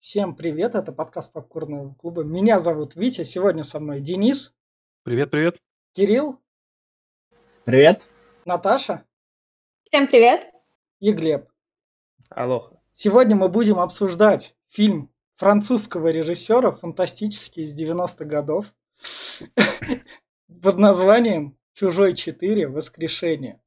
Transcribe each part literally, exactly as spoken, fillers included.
Всем привет, это подкаст Попкорного клуба. Меня зовут Витя, сегодня со мной Денис, Привет, привет. Кирилл, Привет. Наташа Всем привет. и Глеб. Алоха. Сегодня мы будем обсуждать фильм французского режиссера, фантастический, из девяностых годов, под названием «Чужой четыре. Воскрешение».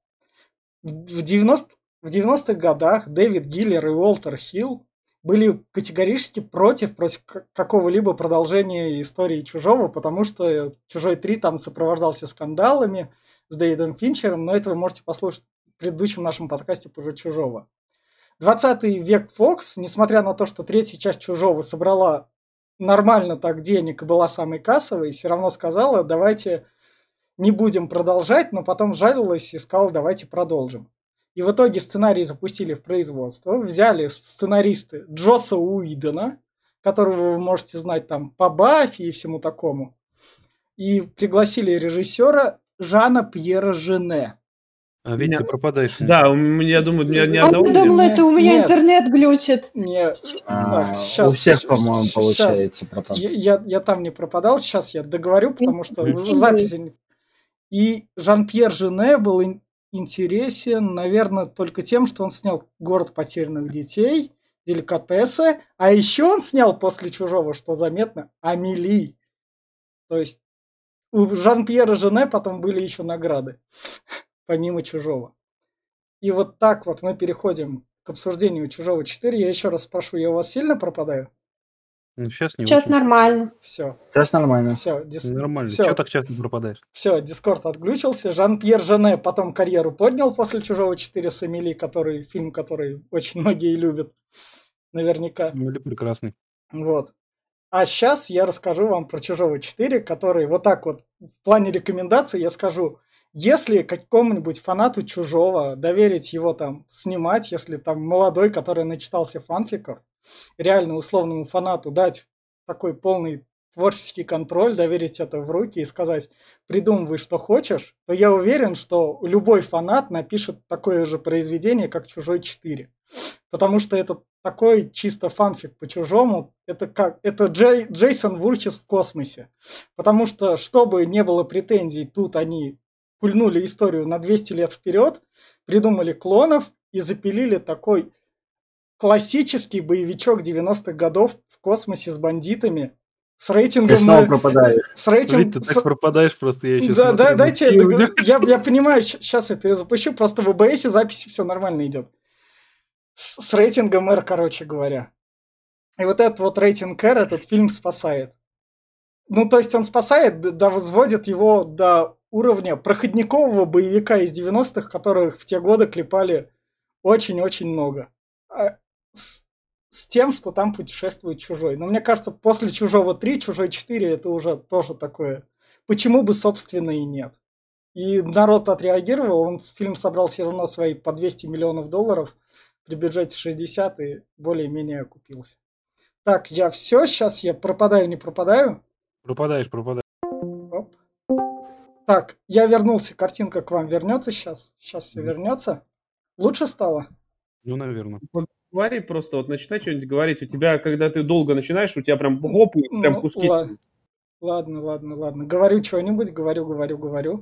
В девяностых годах Дэвид Гиллер и Уолтер Хилл были категорически против, против какого-либо продолжения истории «Чужого», потому что «Чужой три» там сопровождался скандалами с Дэвидом Финчером, но это вы можете послушать в предыдущем нашем подкасте про «Чужого». двадцатый век Fox, несмотря на то, что третья часть «Чужого» собрала нормально так денег и была самой кассовой, все равно сказала, давайте не будем продолжать, но потом жалилась и сказала, давайте продолжим. И в итоге сценарий запустили в производство, взяли сценаристы Джосса Уидона, которого вы можете знать там по Баффи и всему такому, и пригласили режиссера Жана Пьера Жене. А ведь Меня- ты пропадаешь. Да, у меня, я думаю, у меня ни А одного... я думала, Нет, это у меня нет. интернет глючит. Не, А, так, у щас, всех, щ- по-моему, щас. получается потом. Я, я, я там не пропадал, сейчас я договорю, потому что Мгм. записи... не- И Жан-Пьер Жене был ин- интересен, наверное, только тем, что он снял «Город потерянных детей», «Деликатесы», а еще он снял после «Чужого», что заметно, «Амели». То есть у Жан-Пьера Жене потом были еще награды, помимо «Чужого». И вот так вот мы переходим к обсуждению «Чужого четыре». Я еще раз спрошу, я у вас сильно пропадаю? Ну, сейчас не Сейчас очень. нормально. Все, Сейчас нормально. все, дис... Нормально. всё. Чего так часто пропадаешь? Все, Дискорд отглючился. Жан-Пьер Жене потом карьеру поднял после «Чужого четыре» с Эмили, который, фильм, который очень многие любят. Наверняка. Ну, или прекрасный. Вот. А сейчас я расскажу вам про «Чужого четыре», который вот так вот в плане рекомендаций я скажу. Если какому-нибудь фанату «Чужого» доверить его там снимать, если там молодой, который начитался фанфиков, реально условному фанату дать такой полный творческий контроль, доверить это в руки и сказать, придумывай, что хочешь, то я уверен, что любой фанат напишет такое же произведение, как «Чужой четыре». Потому что это такой чисто фанфик по «Чужому». Это как это Джей, Джейсон Вурчес в космосе. Потому что, чтобы не было претензий, тут они пульнули историю на двести лет вперед, придумали клонов и запилили такой классический боевичок девяностых годов в космосе с бандитами, с рейтингом... Ты снова на- пропадаешь. С рейтингом... Ведь ты так пропадаешь просто, я еще Да, да, смотрю. дайте я, Какие у договорю. меня- я, я понимаю, сейчас я перезапущу, просто в ОБС записи все нормально идет. С, с рейтингом R, короче говоря. И вот этот вот рейтинг R этот фильм спасает. Ну, то есть он спасает, д- да, возводит его до уровня проходникового боевика из девяностых, которых в те годы клепали очень-очень много. А С, с тем, что там путешествует Чужой. Но мне кажется, после Чужого три, Чужой четыре это уже тоже такое. Почему бы, собственно, и нет. И народ отреагировал, он фильм собрал все равно свои по двести миллионов долларов при бюджете в шестьдесят и более-менее окупился. Так, я все, сейчас я пропадаю, не пропадаю. Пропадаешь, пропадаешь. Оп. Так, я вернулся, картинка к вам вернется сейчас. Сейчас все вернется. Лучше стало? Ну, наверное. Вот говори просто, вот начинай что-нибудь говорить. У тебя, когда ты долго начинаешь, у тебя прям хоп, и прям Ну, куски. ла- ладно, ладно, ладно. Говорю что-нибудь, говорю, говорю, говорю.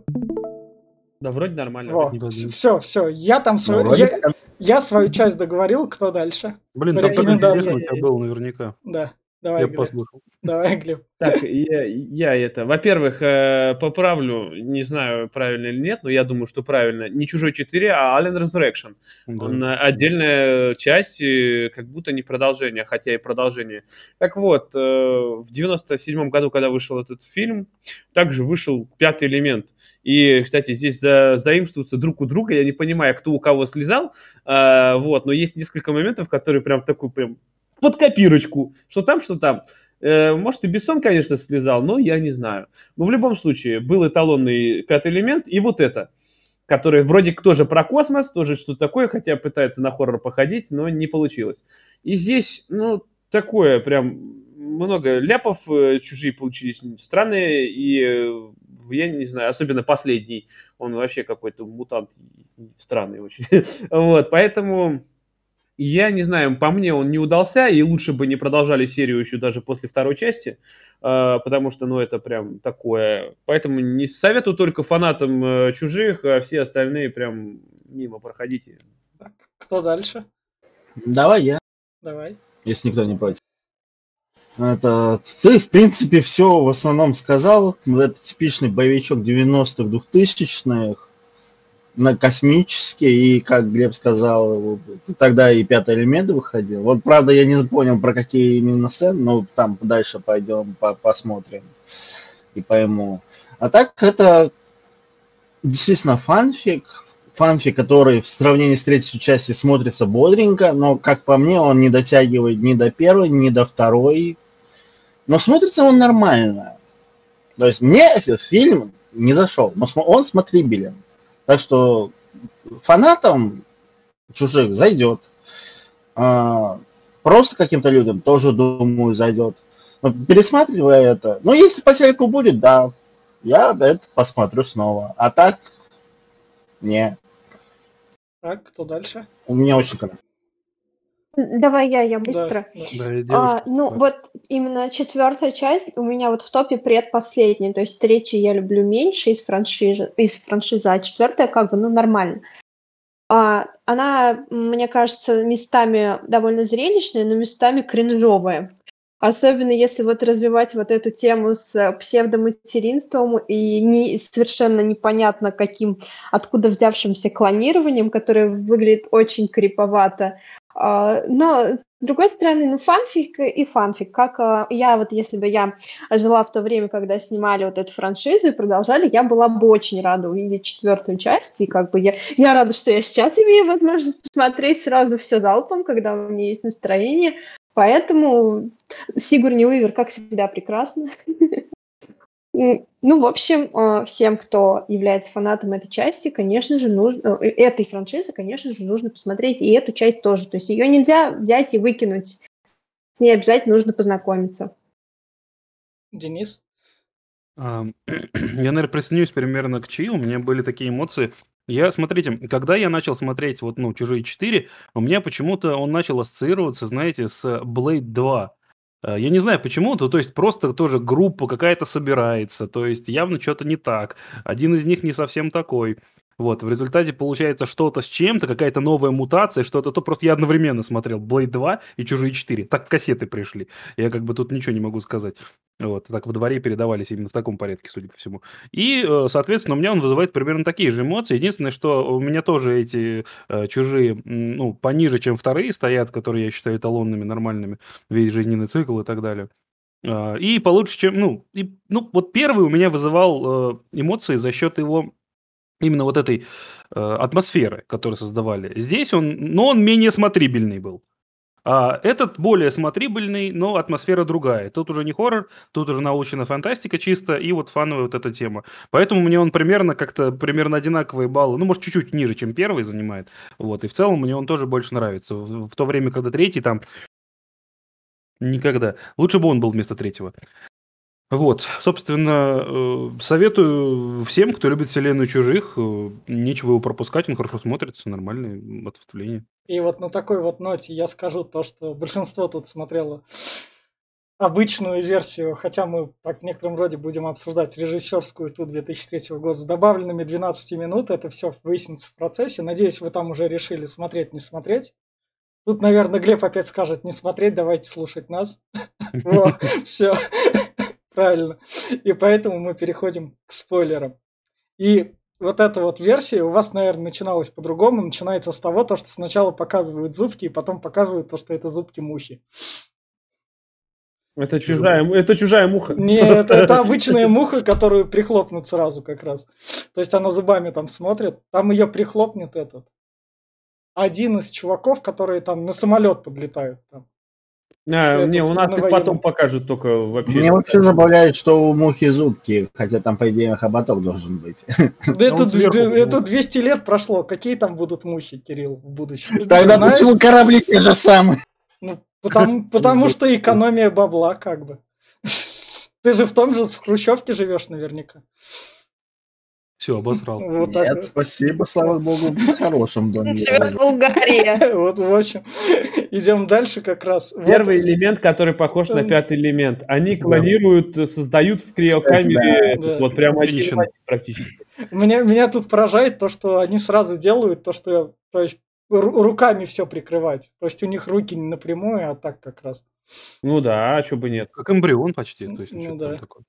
Да, вроде нормально. Во, не возьму. все, все. Я там Ну, свою, вроде я, как- я свою часть договорил. Кто дальше? Блин, По там такой рекомендации. интересный у тебя был наверняка. Да, давай, Я Глеб. послушал. Давай, Глеб. Так, я, я это, во-первых, э, поправлю, не знаю, правильно или нет, но я думаю, что правильно. Не «Чужой четыре», а «Alien Resurrection». Да, Он э, собственно. отдельная часть, э, как будто не продолжение, хотя и продолжение. Так вот, э, в девяносто седьмом году, когда вышел этот фильм, также вышел «Пятый элемент». И, кстати, здесь за, заимствуются друг у друга, я не понимаю, кто у кого слезал, э, вот, но есть несколько моментов, которые прям такой прям под копирочку, что там, что там. Э, Может, и Бессон, конечно, слезал, но я не знаю. Но в любом случае, был эталонный «Пятый элемент», и вот это, который вроде как тоже про космос, тоже что-то такое, хотя пытается на хоррор походить, но не получилось. И здесь, ну, такое прям много ляпов, э, чужие получились странные, и э, я не знаю, особенно последний, он вообще какой-то мутант странный очень. Вот, поэтому... я не знаю, по мне он не удался, и лучше бы не продолжали серию еще даже после второй части, э, потому что, ну, это прям такое. Поэтому не советую только фанатам э, «Чужих», а все остальные прям мимо проходите. Так, кто дальше? Давай я, Давай. если никто не против. Это ты, в принципе, все в основном сказал. Это типичный боевичок девяностых, двухтысячных, на космический, и, как Глеб сказал, вот, тогда и «Пятый элемент» выходил. Вот, правда, я не понял, про какие именно сцены, но там дальше пойдем, по посмотрим и пойму. А так, это действительно фанфик, фанфик, который в сравнении с третьей частью смотрится бодренько, но, как по мне, он не дотягивает ни до первой, ни до второй. Но смотрится он нормально. То есть мне этот фильм не зашел, но он смотрибелен. Так что фанатам «Чужих» зайдет. А, просто каким-то людям тоже, думаю, зайдет. Но пересматривая это, ну, если по телеку будет, да, я это посмотрю снова. А так, не. Так, кто дальше? У меня очень кратко. Давай я, я быстро. Да, да. Да, и А, девушка. ну, Да. вот именно четвертая часть у меня вот в топе предпоследняя, то есть третью я люблю меньше из франшизы, из франшизы, а четвертая как бы, ну, нормально. А, она, мне кажется, местами довольно зрелищная, но местами кринжовая. Особенно если вот развивать вот эту тему с псевдоматеринством и не, совершенно непонятно каким, откуда взявшимся клонированием, которое выглядит очень криповато. А, но, с другой стороны, ну, фанфик и фанфик. Как а, я вот, если бы я жила в то время, когда снимали вот эту франшизу и продолжали, я была бы очень рада увидеть четвертую часть. И как бы я, я рада, что я сейчас имею возможность посмотреть сразу все залпом, когда у меня есть настроение. Поэтому Сигурни Уивер, как всегда, прекрасно. Ну, в общем, э, всем, кто является фанатом этой части, конечно же, нужно, э, этой франшизы, конечно же, нужно посмотреть и эту часть тоже. То есть ее нельзя взять и выкинуть. С ней обязательно нужно познакомиться. Денис? А, Я, наверное, присоединюсь примерно к Чи. У меня были такие эмоции. Я, смотрите, когда я начал смотреть вот, ну, «Чужие четыре», у меня почему-то он начал ассоциироваться, знаете, с Blade два. Э, Я не знаю почему, то, то есть просто тоже группа какая-то собирается, то есть явно что-то не так. Один из них не совсем такой. Вот, в результате получается что-то с чем-то, какая-то новая мутация, что-то, то просто я одновременно смотрел Blade два и «Чужие четыре». Так кассеты пришли. Я как бы тут ничего не могу сказать. Вот, так во дворе передавались именно в таком порядке, судя по всему. И, э, соответственно, у меня он вызывает примерно такие же эмоции. Единственное, что у меня тоже эти э, «Чужие», м, ну, пониже, чем вторые стоят, которые я считаю эталонными, нормальными, весь жизненный цикл и так далее. А, И получше, чем, ну, и, ну, вот первый у меня вызывал э, эмоции за счет его именно вот этой э, атмосферы, которую создавали. Здесь он, но он менее смотрибельный был. А этот более смотрибельный, но атмосфера другая. Тут уже не хоррор, тут уже научная фантастика чисто, и вот фановая вот эта тема. Поэтому мне он примерно как-то, примерно одинаковые баллы, ну, может, чуть-чуть ниже, чем первый занимает. Вот, и в целом мне он тоже больше нравится. В, в то время, когда третий там никогда. Лучше бы он был вместо третьего. Вот, собственно, э, советую всем, кто любит вселенную «Чужих», э, нечего его пропускать, он хорошо смотрится, нормальное м, ответвление. И вот на такой вот ноте я скажу то, что большинство тут смотрело обычную версию, хотя мы так в некотором роде будем обсуждать режиссерскую ту две тысячи третьего года с добавленными двенадцать минут. Это все выяснится в процессе. Надеюсь, вы там уже решили смотреть, не смотреть. Тут, наверное, Глеб опять скажет не смотреть, давайте слушать нас. Вот, все, правильно. И поэтому мы переходим к спойлерам. И вот эта вот версия у вас, наверное, начиналась по-другому. Начинается с того, то, что сначала показывают зубки, и потом показывают то, что это зубки мухи. Это чужая, му- это чужая муха. Нет, Просто. это обычная муха, которую прихлопнут сразу как раз. То есть она зубами там смотрит, там ее прихлопнет этот. Один из чуваков, которые там на самолет подлетают. Там. А, Этот, не, у нас на их военном. потом покажут только вообще. Мне вообще забавляет, что у мухи зубки, хотя там, по идее, хоботок должен быть. Да это, он сверху д- это почему-то. двести лет прошло. Какие там будут мухи, Кирилл, в будущем? Тогда Знаешь? почему корабли те же самые? Ну, потому, потому что экономия бабла, как бы. Ты же в том же, в Хрущевке живешь наверняка. Все, обосрал. Вот так Нет, вот. спасибо, слава богу, в хорошем доме. я Живет в рожу. Булгарии. Вот, в общем, идем дальше как раз. Вот, Первый элемент, который похож на Эм. пятый элемент. Они Да. клонируют, э, создают в Кстати, криокамере да. этот Да. вот прямо один в Финишин. один практически. меня, меня тут поражает то, что они сразу делают то, что, то есть, ру- руками все прикрывать. То есть у них руки не напрямую, а так как раз. Ну да, а что бы нет. Как эмбрион почти. То есть, ну, Ну что-то там да. такое.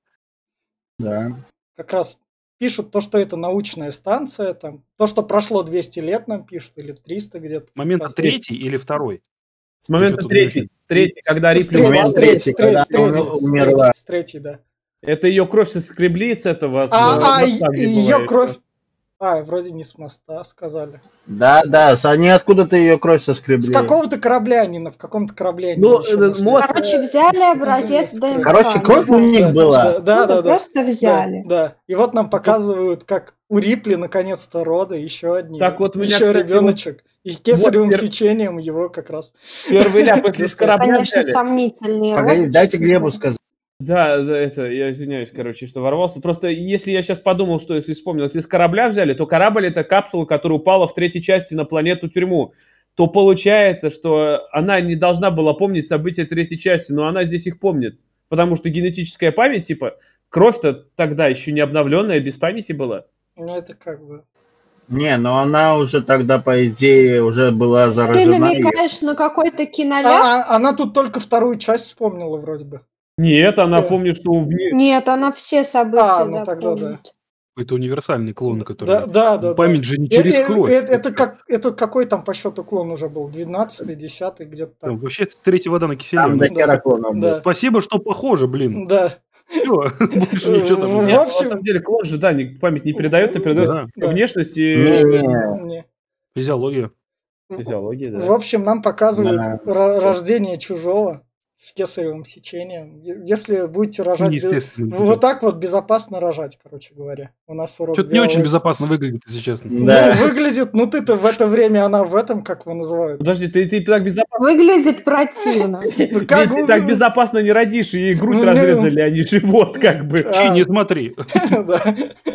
Да. Как раз пишут то, что это научная станция, там, то, что прошло двести лет, нам пишут, или триста где-то. Момент Как раз. третий или второй? С момента тут третий, очень- третий, когда С Рипли третьей, Момент с умерла, третьей, третий, с третьей, когда с третьей, она с умерла. третьей, с третьей, да. это ее кровь соскребли с этого, с А, э, а моста, где была, ее и кровь... всё. А, вроде не с моста, сказали. Да, да, с- они откуда-то ее кровь С соскребли. какого-то корабля они, на- в каком-то корабле они Ну, еще э, нашли. мост, Короче, взяли образец Э, ДНК. Короче, не кровь у знаю, них как была. Да, да, откуда, да, да. просто Да, взяли. да. И вот нам показывают, как у Рипли наконец-то роды, еще одни. Так вот у меня, еще кстати, ребеночек. И кесаревым пер- сечением его как раз. первый ляп, если с корабля Конечно, взяли. сомнительные Погоди, роды. дайте Глебу сказать. Да, да, это, я извиняюсь, короче, что ворвался. Просто если я сейчас подумал, что если вспомнил, если с корабля взяли, то корабль — это капсула, которая упала в третьей части на планету-тюрьму. То получается, что она не должна была помнить события третьей части, но она здесь их помнит. Потому что генетическая память, типа, кровь-то тогда еще не обновленная, без памяти была. Ну, это как бы... Не, но она уже тогда, по идее, уже была Ты заражена. и- намекаешь на какой-то киноляп? А, а- она тут только вторую часть вспомнила вроде бы. Нет, она Да. помнит, что в ней... Нет, она все события А, ну тогда да. помнит. Это универсальный клон, Да, который... да, да. Память да. же не Э, через э, кровь. э, Это, как, это какой там по счету клон уже был? двенадцатый, десятый, где-то Там там. вообще третья вода на киселе. Там у до нас. хера клонов был. Да. Спасибо, что похоже, блин. Да. Все, больше ничего там В нет. Нет, общем- на самом деле клон же, да, не- память не передается, передается Да. внешность и Не-не. Не. Физиология. физиология, В да. общем, нам показывают Да. ра- рождение чужого с кесаревым сечением. Е- Если будете рожать... без- Естественно. Вот так вот безопасно рожать, короче говоря. У нас урок Что-то не очень биологии. безопасно выглядит, если честно. Да. Ну, выглядит, ну ты-то в это время, она в этом, как его называют. Подожди, ты, ты так безопасно, Выглядит противно. Ну, ты, как ты бы- так безопасно не родишь, и грудь Ну, разрезали, а не живот, как бы. А. Чи, не смотри. Да.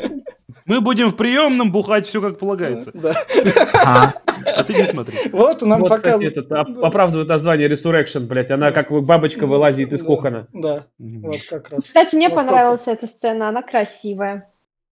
Мы будем в приемном бухать все как полагается. Да. А, А ты не смотри. Вот нам Вот, кстати, показывают. этот, оп- оправдывает название Resurrection, блядь. Она как бабочка вылазит из кокона. Да, Мгм. вот как раз. Кстати, мне Вот понравилась эта сцена, она красивая.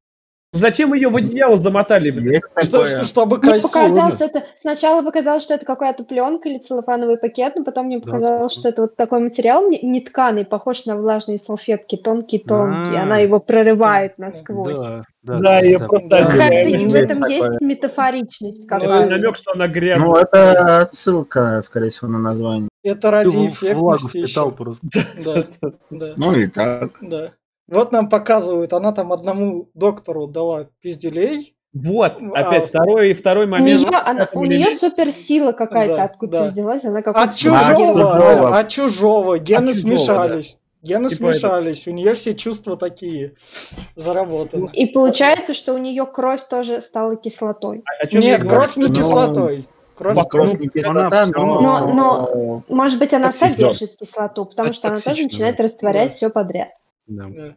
Зачем ее в одеяло замотали, блядь? есть Что, такое. что- чтобы Мне красиво. показалось, это сначала показалось, что это какая-то пленка или целлофановый пакет, но потом мне Да, показалось, кстати. что это вот такой материал не- нетканый, похож на влажные салфетки, тонкие-тонкие. А. Она его прорывает насквозь. Да, Да, да, ее да. просто Да. Как-то отделяют. и в есть этом такое. есть метафоричность Ну, Это какая-то. намек, что она Ну, грязная. это отсылка, скорее всего, на название. Это ради Всё в влагу эффектности впитал еще. просто. Да, да, Ну и так. да. Вот нам показывают, она там одному доктору дала пиздюлей. Вот, А. опять второй, второй У момент. нее, она, у нее суперсила какая-то Да, откуда-то да. взялась, она какой-то От чужого, чужого. от чужого, гены От чужого, смешались. Гены Типа смешались, у нее все чувства такие заработаны. И получается, что у нее кровь тоже стала кислотой. О чем Нет, я кровь не Ну, кислотой. Кровь, ну, Кровь не она кислота, всё равно- но... Но- Может быть, она Токсично. содержит кислоту, потому Это что она тоже токсично, начинает да. растворять Да. все подряд. Да. да.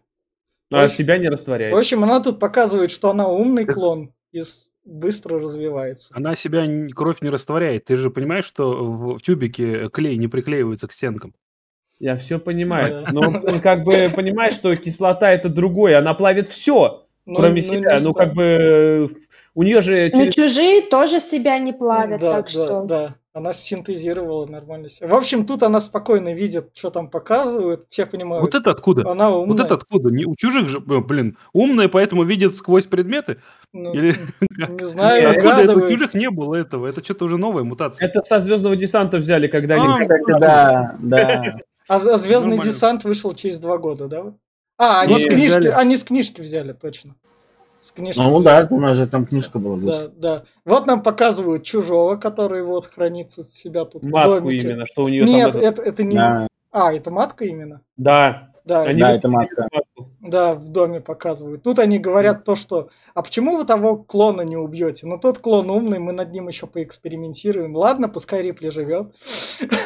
А себя не В растворяет. общем, она тут показывает, что она умный клон и с- быстро развивается. Она себя н- кровь не растворяет. Ты же понимаешь, что в, в тюбике клей не приклеивается к стенкам. Я все понимаю. Да. Но он как бы понимает, что кислота это другое. Она плавит все, Ну, кроме ну, себя. не Ну, знаю. как бы э, у нее же Но через... чужие тоже себя не плавят, Да, так да, что... да. Она синтезировала нормально себя. В общем, тут она спокойно видит, что там показывают. Все понимают, Вот это откуда? она умная. Вот это откуда? Не у чужих же, э, блин, умная, поэтому видит сквозь предметы? Ну, Или- не знаю, Нет, Откуда это? У угадывает. чужих не было этого. Это что-то уже новая мутация. Это со звездного десанта взяли, когда они... А, Кстати, да, да. А, а Звездный Нормально. десант вышел через два года, да? А, они, Не, с книжки, взяли. они с книжки взяли, точно. С книжки Ну взяли. да, у нас же там книжка была. Да, да. Вот нам показывают чужого, который вот хранит у себя тут в Матку домике. именно, что у нее Нет, там... это- это, это не... Да, А, это матка именно? Да. Да, Они да, вот- это матка. матку. да, в доме показывают. Тут они говорят то, что а почему вы того клона не убьете? Ну тот клон умный, мы над ним еще поэкспериментируем. Ладно, пускай Рипли живет.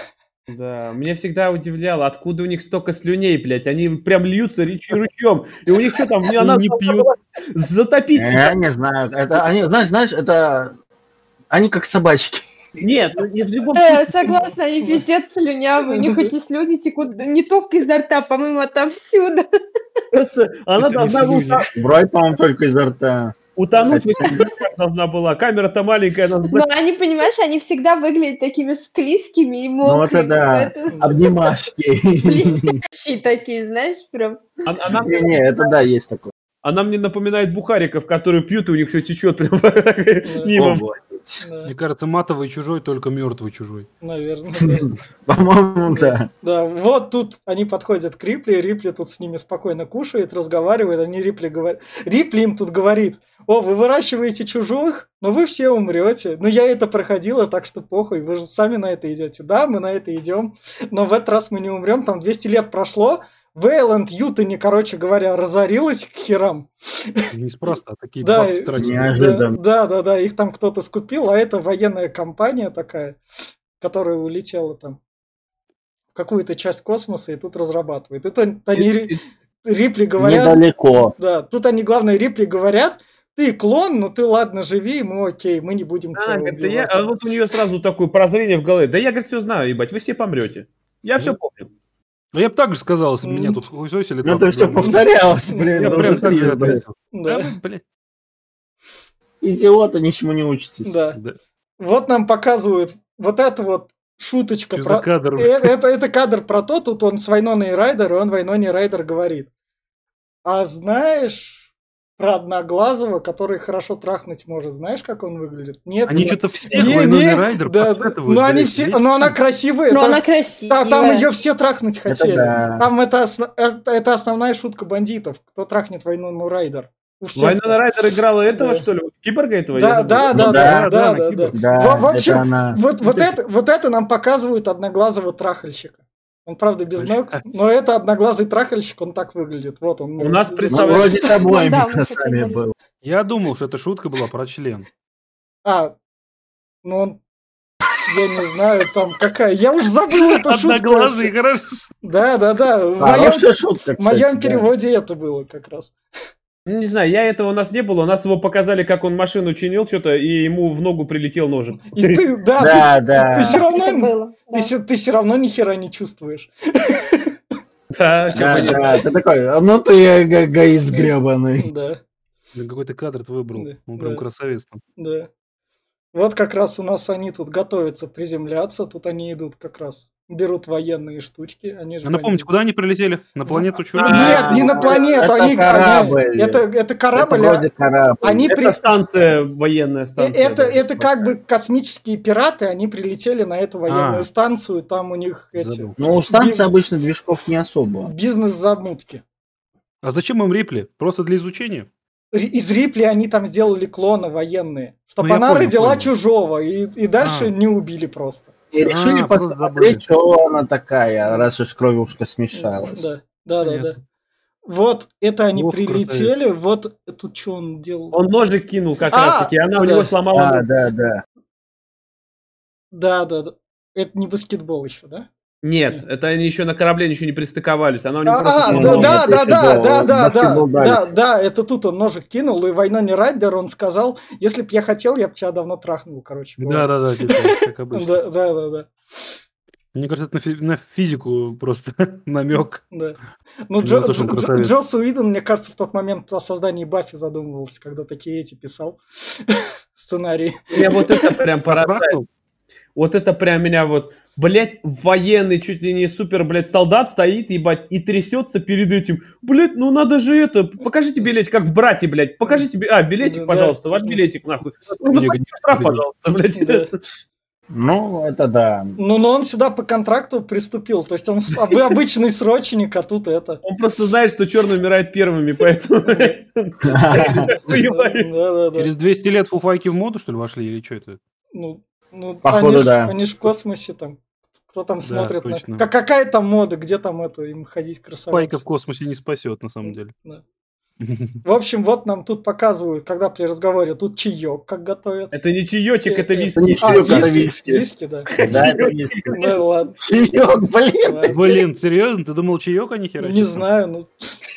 Да, меня всегда удивляло, откуда у них столько слюней, блядь. Они прям льются речью ручьем. И у них что там, Они она не должна пьют. была затопить себя. Я не знаю. Это они, знаешь, знаешь, это они как собачки. Нет, ну и в любом Э, случае, согласна, они пиздец слюнявые, у них эти слюни текут не только изо рта, по-моему, отовсюду. просто она Это не должна была слюни. Брать, по-моему, только изо рта. утонуть в Хотя- этих слюнях должна была. Камера-то маленькая, она Но они, понимаешь, они всегда выглядят такими склизкими и Ну это мокрыми, да, поэтому обнимашки. блестящие такие, знаешь, прям. Она, она, Не-не, это да, есть такое. она мне напоминает бухариков, которые пьют, и у них все течет прям О, мимо. Господи. Да, Мне кажется, матовый чужой, только мертвый чужой. наверное, да. По-моему, да. Да, вот тут они подходят к Рипли, Рипли тут с ними спокойно кушает, разговаривает, они Рипли говорят... Рипли им тут говорит: о, вы выращиваете чужих, но вы все умрете. Ну, я это проходила, так что похуй, вы же сами на это идете. Да, мы на это идем, но в этот раз мы не умрем, там двести лет прошло, Вейланд Ютани, короче говоря, разорилась к херам. Неспроста такие Да, бабки тратить. Неожиданно. Да, да, да, их там кто-то скупил, а это военная компания такая, которая улетела там в какую-то часть космоса и тут разрабатывает. И тут они Ри- Рипли говорят, Недалеко. да, тут они, главное, Рипли говорят: ты клон, ну ты ладно, живи, мы окей, мы не будем тебя А, говорит, да я, убивать. а вот у нее сразу такое прозрение в голове. Да я, говорит, все знаю, ебать, вы все помрете. Я все Ну, помню. Ну, я бы так же сказал, если меня М. тут хуесосили. Ну там, это все да, повторялось, блин, Я ну, прям уже так же трижды. ответил. Да, Да, вы, блядь, Идиоты, ничему не учитесь. да. да. Вот нам показывают вот это вот шуточка Что про... за кадр? Э, Это, это кадр про то, тут он с Вайноной Райдер, и он Вайноне Райдер говорит: а знаешь про Одноглазого, который хорошо трахнуть может, знаешь, как он выглядит? Нет, Они нет. что-то всех Не, Вайноны не, Райдер да, да. подкатывают, Ну они блядь, все, весь но она фильм. красивая. Но там, она та- там красивая. ее все трахнуть Это хотели. да. Там это, осно- это, это основная шутка бандитов. Кто трахнет Вайнону Райдер? У всех. Вайнона Райдер играла этого, Да. что ли? Вот киборга этого? Да, Я забыл. да, Ну да, да. да, Да, да, она да, да. киборг. Да, В, в общем, это она. вот, вот, То есть- это, вот это нам показывают одноглазого трахальщика. Он, правда, без ног, Блядь. но это одноглазый трахальщик, он так выглядит. Вот он. У нас Ну, представляешь, вроде с обоими Да, мы красами хотели. был. Я думал, что эта шутка была про член. А, ну он, я не знаю, там какая. Я уж забыл эту шутку. Одноглазый, хорошо. Да, да, да. В моем, Хорошая шутка, в моем кстати. да. переводе это было как раз. ну, не знаю, я этого у нас не было. У нас его показали, как он машину чинил что-то, и ему в ногу прилетел ножик. И ты, да, Да, ты, да. ты все равно, Это было. ты, Да. се- ты все равно ни хера не чувствуешь. Да, чё Да, бы нет. да, ты такой, ну ты эгоист гребаный. Да, Блин, какой ты кадр ты выбрал. Да, Он прям да. красавец там. да. Вот как раз у нас они тут готовятся приземляться, тут они идут как раз, берут военные штучки. Они же А напомните, военные. куда они прилетели? На планету чужих? Нет, не на А, планету, это они, корабль. они- это, это Это корабль, вроде а корабль. они Это при- станция, военная э, станция. это, да. это как бы космические пираты, они прилетели на эту военную А. станцию, там у них эти Забыл. Ну, у станции Би- обычно движков не особо. бизнес-замутки. А зачем им Рипли? Просто для изучения? Ри- Из Рипли они там сделали клоны военные, чтобы Ну, я она понял, родила понял. чужого, и, и дальше А. не убили просто. И решили А, просто посмотреть, забыли. что она такая, раз уж кровушка смешалась. Да, да, да, да. Понятно. Вот это они Ох, прилетели, вот тут что он делал? Он ножик кинул как А, раз таки, она у да. него сломала Да, ногу. да, да. Да, да, да. Это не баскетбол еще, да? Нет, это они еще на корабле еще не пристыковались. Она у него А, просто а, не, да, не, да, это да, еще да, до- да, да, баскетбол да, дальше. да, это тут он ножик кинул, и Вайноне Райдер, он сказал: если б я хотел, я бы тебя давно трахнул, короче. говоря. Да-да-да, типа, как обычно. Да, да, да, да. Мне кажется, это на, фи- на физику просто намек. Да. Ну, Ну, Джо, то, что он Джо- красавец. Джосс Уидон, мне кажется, в тот момент о создании Баффи задумывался, когда такие эти писал сценарии. Меня вот это прям поражает. Трахнул? Вот это прям меня вот, блядь, военный, чуть ли не супер, блядь, солдат стоит, ебать, и трясется перед этим. Блядь, ну надо же это, покажите билетик, как в «Брате», блядь, покажите, би- а, билетик, Да. пожалуйста, ваш билетик, нахуй. Ну, Мне заплатите годится штраф, билетик. пожалуйста, блядь. Да. Ну, это да. Ну, но он сюда по контракту приступил, то есть он с- об- обычный срочник, а тут это. Он просто знает, что черные умирают первыми, поэтому... блядь, охуевает. Да, да, да. Через двести лет фуфайки в моду, что ли, вошли? Или что это? Ну, ну, Походу, они ж- да. Они ж в космосе там. Кто там смотрит на... точно. Как- Какая там мода, где там это, им ходить красоваться? Файка в космосе не спасет, на самом деле. Да. В общем, вот нам тут показывают, когда при разговоре тут чаек, как готовят. Это не чаечек, это Э, э, виски. Не А, чаек, это виски, виски. виски, да. Да, это виски. Ну ладно, Чаек, блин. ладно. Блин, серьезно? Ты думал, чаек, а не хера? Не знаю, ну...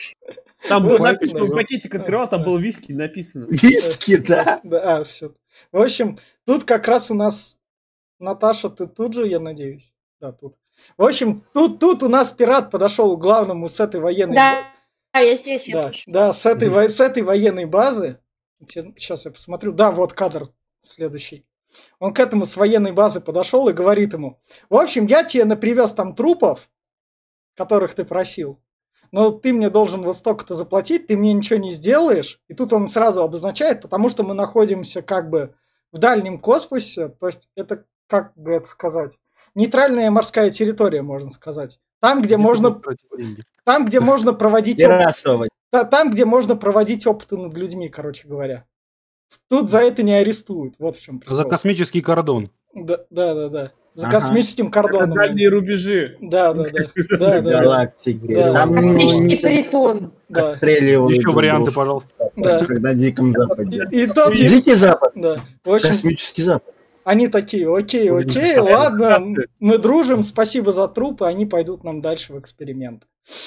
Там был Бывает, написано, да. пакетик открывал, там был виски написано. Виски, да. Да, а, все. В общем, тут как раз у нас... Наташа, ты тут же, я надеюсь? Да, тут. В общем, тут, тут у нас пират подошел к главному с этой военной... Да, а я здесь, я Да, слышу. да, с этой, во- с этой военной базы, сейчас я посмотрю, да, вот кадр следующий. Он к этому с военной базы подошел и говорит ему: в общем, я тебе напривез там трупов, которых ты просил, но ты мне должен вот столько-то заплатить, ты мне ничего не сделаешь. И тут он сразу обозначает, потому что мы находимся как бы в дальнем космосе, то есть это, как бы это сказать, нейтральная морская территория, можно сказать. Там, где можно... Там, где можно проводить... Пиратствовать. Та- Там, где можно проводить опыты над людьми, короче говоря. Тут за это не арестуют. Вот в чем прикол. За космический кордон. Да, да, да, да. За Ага. космическим Это кордоном. дальние рубежи. Да, да, да. Да, да, да. Галактики. Да. Там Космический не притон. Да. отстреливают Еще друг варианты, дружку, пожалуйста. Да. как на Диком Западе. И, и тот, и- Дикий Запад, да. В общем, космический Запад. они такие: окей, Блин, окей, это ладно, факты. мы дружим, спасибо за трупы, они пойдут нам дальше в эксперимент.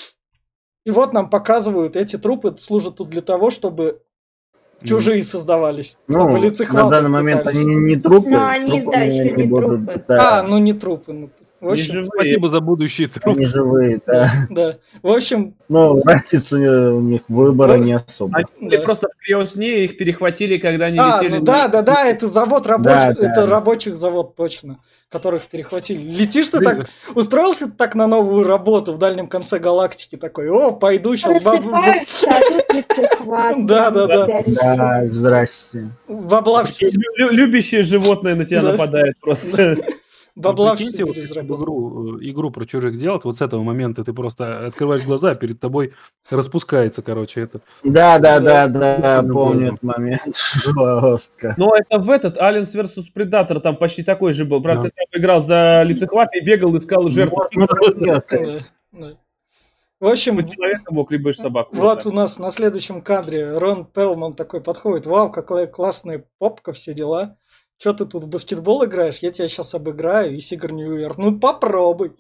И вот нам показывают, эти трупы служат тут для того, чтобы чужие создавались. Ну, чтобы на лицехваты данный момент пытались. они не трупы. Ну, они, трупами да, еще они не будут, трупы. да, А, ну не трупы. Ну, в Не общем, живые. Спасибо за будущий труп. они живые, да. да. В общем, Но разницы у них выбора Ну, не особо. Они были Да. просто в криосне, их перехватили, когда они а, летели. ну на- да, да, да, это завод рабочих, Да, да. это рабочих завод точно, которых перехватили. Летишь ты Блин. так, устроился ты так на новую работу в дальнем конце галактики, такой: о, пойду сейчас Просыпаются, а тут лицехват. Да, да, да. Да, здрасте. бабла все, Лю- лю- Любящее животное на тебя Да. нападает просто. бабла Прикиньте, все вот без если работы. игру, э, игру про чужих делать, вот с этого момента ты просто открываешь глаза, а перед тобой распускается, короче, это. Да, да, Да. да, да, Ну, помню больно. этот момент. Жестко. Но это в этот Aliens versus Predator там почти такой же был. Правда, Да. ты там играл за лицехват и бегал, искал жертв. Ну, нет, Да, да. В общем, Либо человека мог, либо же собаку. вот у нас на следующем кадре Рон Перлман такой подходит: вау, какая классная попка, все дела. Че ты тут в баскетбол играешь? Я тебя сейчас обыграю. И Сигарни Уивер: ну попробуй.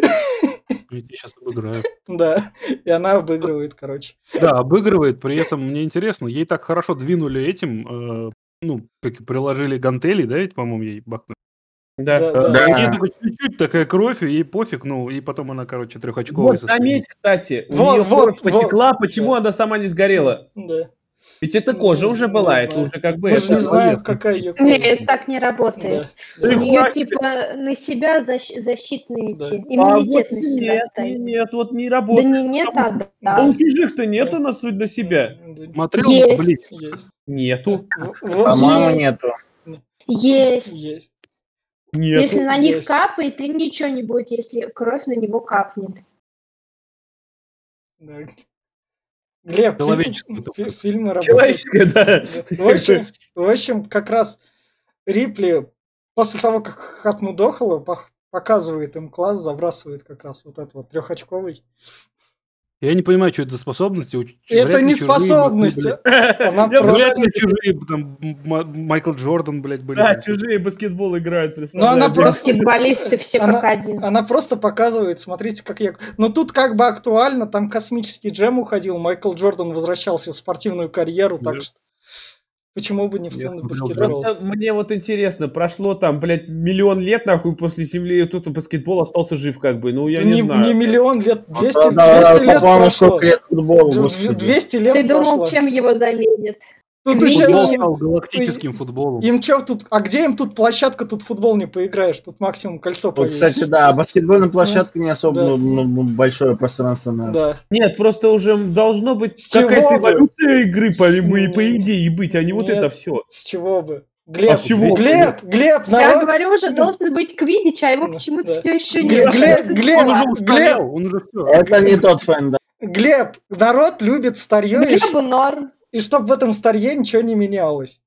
Я тебя сейчас обыграю. Да, и она обыгрывает, короче. Да, обыгрывает, при этом мне интересно, ей так хорошо двинули этим, э, ну, как приложили гантели, да, ведь, по-моему, ей бахнули. Да. Да, Э, Да. Ей только чуть-чуть такая кровь, и ей пофиг, ну, и потом она, короче, трехочковая. Вот заметь, кстати, у Вот, нее вот, кровь потекла, вот. почему Да. она сама не сгорела? Да. Ведь это Ну, кожа не уже знаю, была, не это знаю. уже как бы Мы же не это... знаем, полезно. какая ее Нет, так не работает. Да, У да. Их нее хватит. типа на себя защ- защитные Да. эти, А иммунитет вот на себя нет, ставить. нет, вот не Да работает. не нет, а А у да. чужих-то нету Да. на суть на себя. Смотрел, Есть. блин, Есть. Нету. В- в- По-моему, Есть. нету. Есть. Есть. Нету. Если на них есть. капает, им ничего не будет, если кровь на него капнет. Да. Глеб, фильм- Человеческое фи- такое. фильмы работают. Человеческое, да. Да. В общем, в общем, как раз Рипли после того, как Хатмудохала пох- показывает им класс, забрасывает как раз вот этот вот трехочковый. я не понимаю, что это за способности. у- Это вряд ли не чужие могли, способности. блядь. Она Я просто- Вряд ли чужие, там, М- Майкл Джордан, блядь, были. Да, там. чужие баскетбол играют, Ну, она представляешь? просто- Баскетболисты все Она- как один. Она просто показывает, смотрите, как я... Но тут как бы актуально, там космический джем уходил, Майкл Джордан возвращался в спортивную карьеру, так Да. что почему бы не в Я сонный смотрел баскетбол? Просто мне вот интересно, прошло там, блядь, миллион лет, нахуй, после Земли, и тут баскетбол остался жив, как бы, ну, я Да не, не, знаю. не миллион лет, двести, Да, да, двести лет по-моему, прошло. сколько лет футболу, Д- господи. двести лет Ты думал, прошло. чем его заменят? Тут Видишь? Футбол еще- стал галактическим футболом. Им что тут... А где им тут площадка, тут футбол не поиграешь, тут максимум кольцо Вот, повесить. кстати, да, баскетбольная площадка не особо Да. ну, ну, большое пространство надо. Да. Нет, просто уже должно быть С чего какая-то бы? эволюция игры, по, С- по идее, быть, а не вот Нет. это все. С чего бы? Глеб, А с чего? Глеб, Глеб, Я народ... говорю, уже должен быть квиддич, а его Да. почему-то Да. все еще Глеб, нет. Глеб, Глеб, Он уже Глеб, устарел, он уже все. Это не тот фэн, да. Глеб, народ любит старье, и, ш- Глебу норм. и чтобы в этом старье ничего не менялось.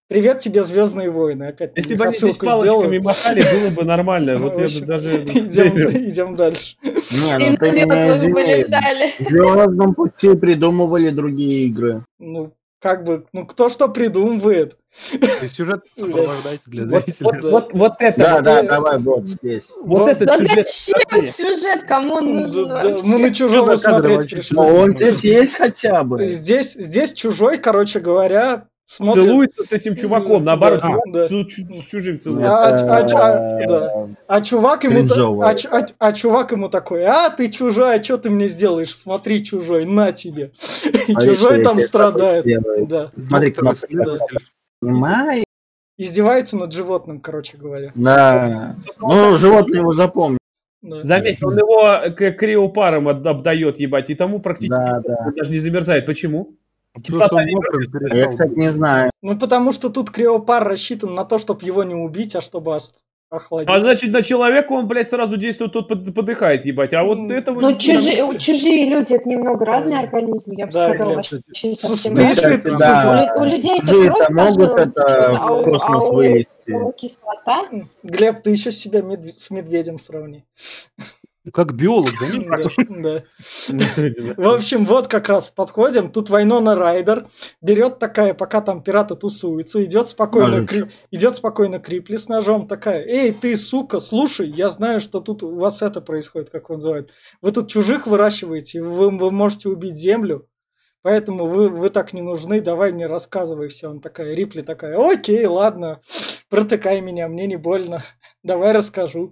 Привет тебе, Звездные войны. Опять Если бы они здесь отсылку палочками сделаю. махали, было бы нормально. Ну, Вот в я общем, бы даже... Идем, идем дальше. Не, И ну ты меня наверное, бы извини. летали. В «Звездном пути» придумывали другие игры. Ну, как бы, ну кто что придумывает. То есть сюжет сопровождается для Вот, зрителя. вот, вот, вот это Да, вот, да, э, давай вот здесь. вот Вот. этот Да сюжет. зачем сюжет? Кому Да, нужен да, мы вообще? на чужого за кадры смотреть вообще? пришли. Но он здесь есть хотя бы. Здесь, здесь чужой, короче говоря, смотрит. Целуется с этим чуваком. Наоборот, Да, чувак да. чу- чу- с чужим А, целуется. а, а, а, Это да. А чувак ему, та- кринжово. а, ч- а, а чувак ему такой: а ты чужой, а что ты мне сделаешь? Смотри, чужой, на тебе. И Смотри, что чужой я там тебе с тобой страдает. сделаю. Да. Смотри, Доктор кнопка Исследователь. понимаешь? Издевается над животным, короче говоря. Да. Ну, животные его запомнят. Да. Заметь, он его к криопаром от- обдает, ебать, и тому практически Да, да. он даже не замерзает. Почему? Потому что он мокрым А я, перестал кстати, быть. не знаю. Ну, потому что тут криопар рассчитан на то, чтобы его не убить, а чтобы ос- охладить. А значит, на человека он, блядь, сразу действует, тот под- подыхает, ебать. А вот М. этого... Ну, не- чужие, у- чужие люди, это немного разные организмы, я бы Да, сказала, Глеб, вообще кстати. совсем Ты- разные. ты- Кстати, ты- да. У, лю- у людей это Чужие-то кровь могут пошла, это а у- в космос а у- вылезти. у кислота. Глеб, ты еще себя медве- с медведем сравни. Как биолог, заметь. Да, да. В общем, вот как раз подходим. Тут Вайнона Райдер берет такая, пока там пираты тусуются, идет спокойно, Ножичек. кри- идет спокойно к Рипли с ножом, такая: эй, ты, сука, слушай, я знаю, что тут у вас это происходит, как его называют. Вы тут чужих выращиваете, вы, вы можете убить землю, поэтому вы, вы так не нужны, давай мне рассказывай все. Он такая, Рипли такая: окей, ладно, протыкай меня, мне не больно, давай расскажу.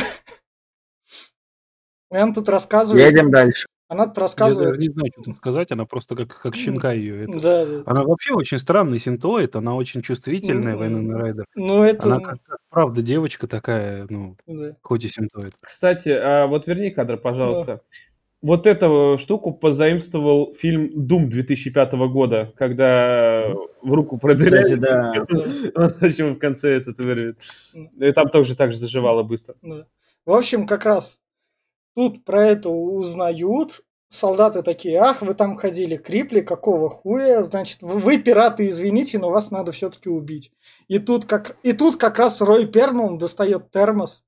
И он тут рассказывает. Едем дальше. Она тут Я рассказывает. даже не знаю, что тут сказать, она просто как, как щенка ее. Это. Да, да. Она вообще очень странный синтоид, она очень чувствительная, М, Вайнона Райдер. Ну, это... Она как, как правда девочка такая, ну, Да. хоть и синтоид. Кстати, а вот верни кадр, пожалуйста. Вот эту штуку позаимствовал фильм «Дум» две тысячи пятого года, когда в руку продыряли, Кстати, да. он еще в конце этот вырвет. И там тоже так же заживало быстро. Да. В общем, как раз тут про это узнают. Солдаты такие: ах, вы там ходили к Рипли, какого хуя? Значит, вы, вы пираты, извините, но вас надо все-таки убить. И тут, как, и тут как раз Рой Пернун достает термос.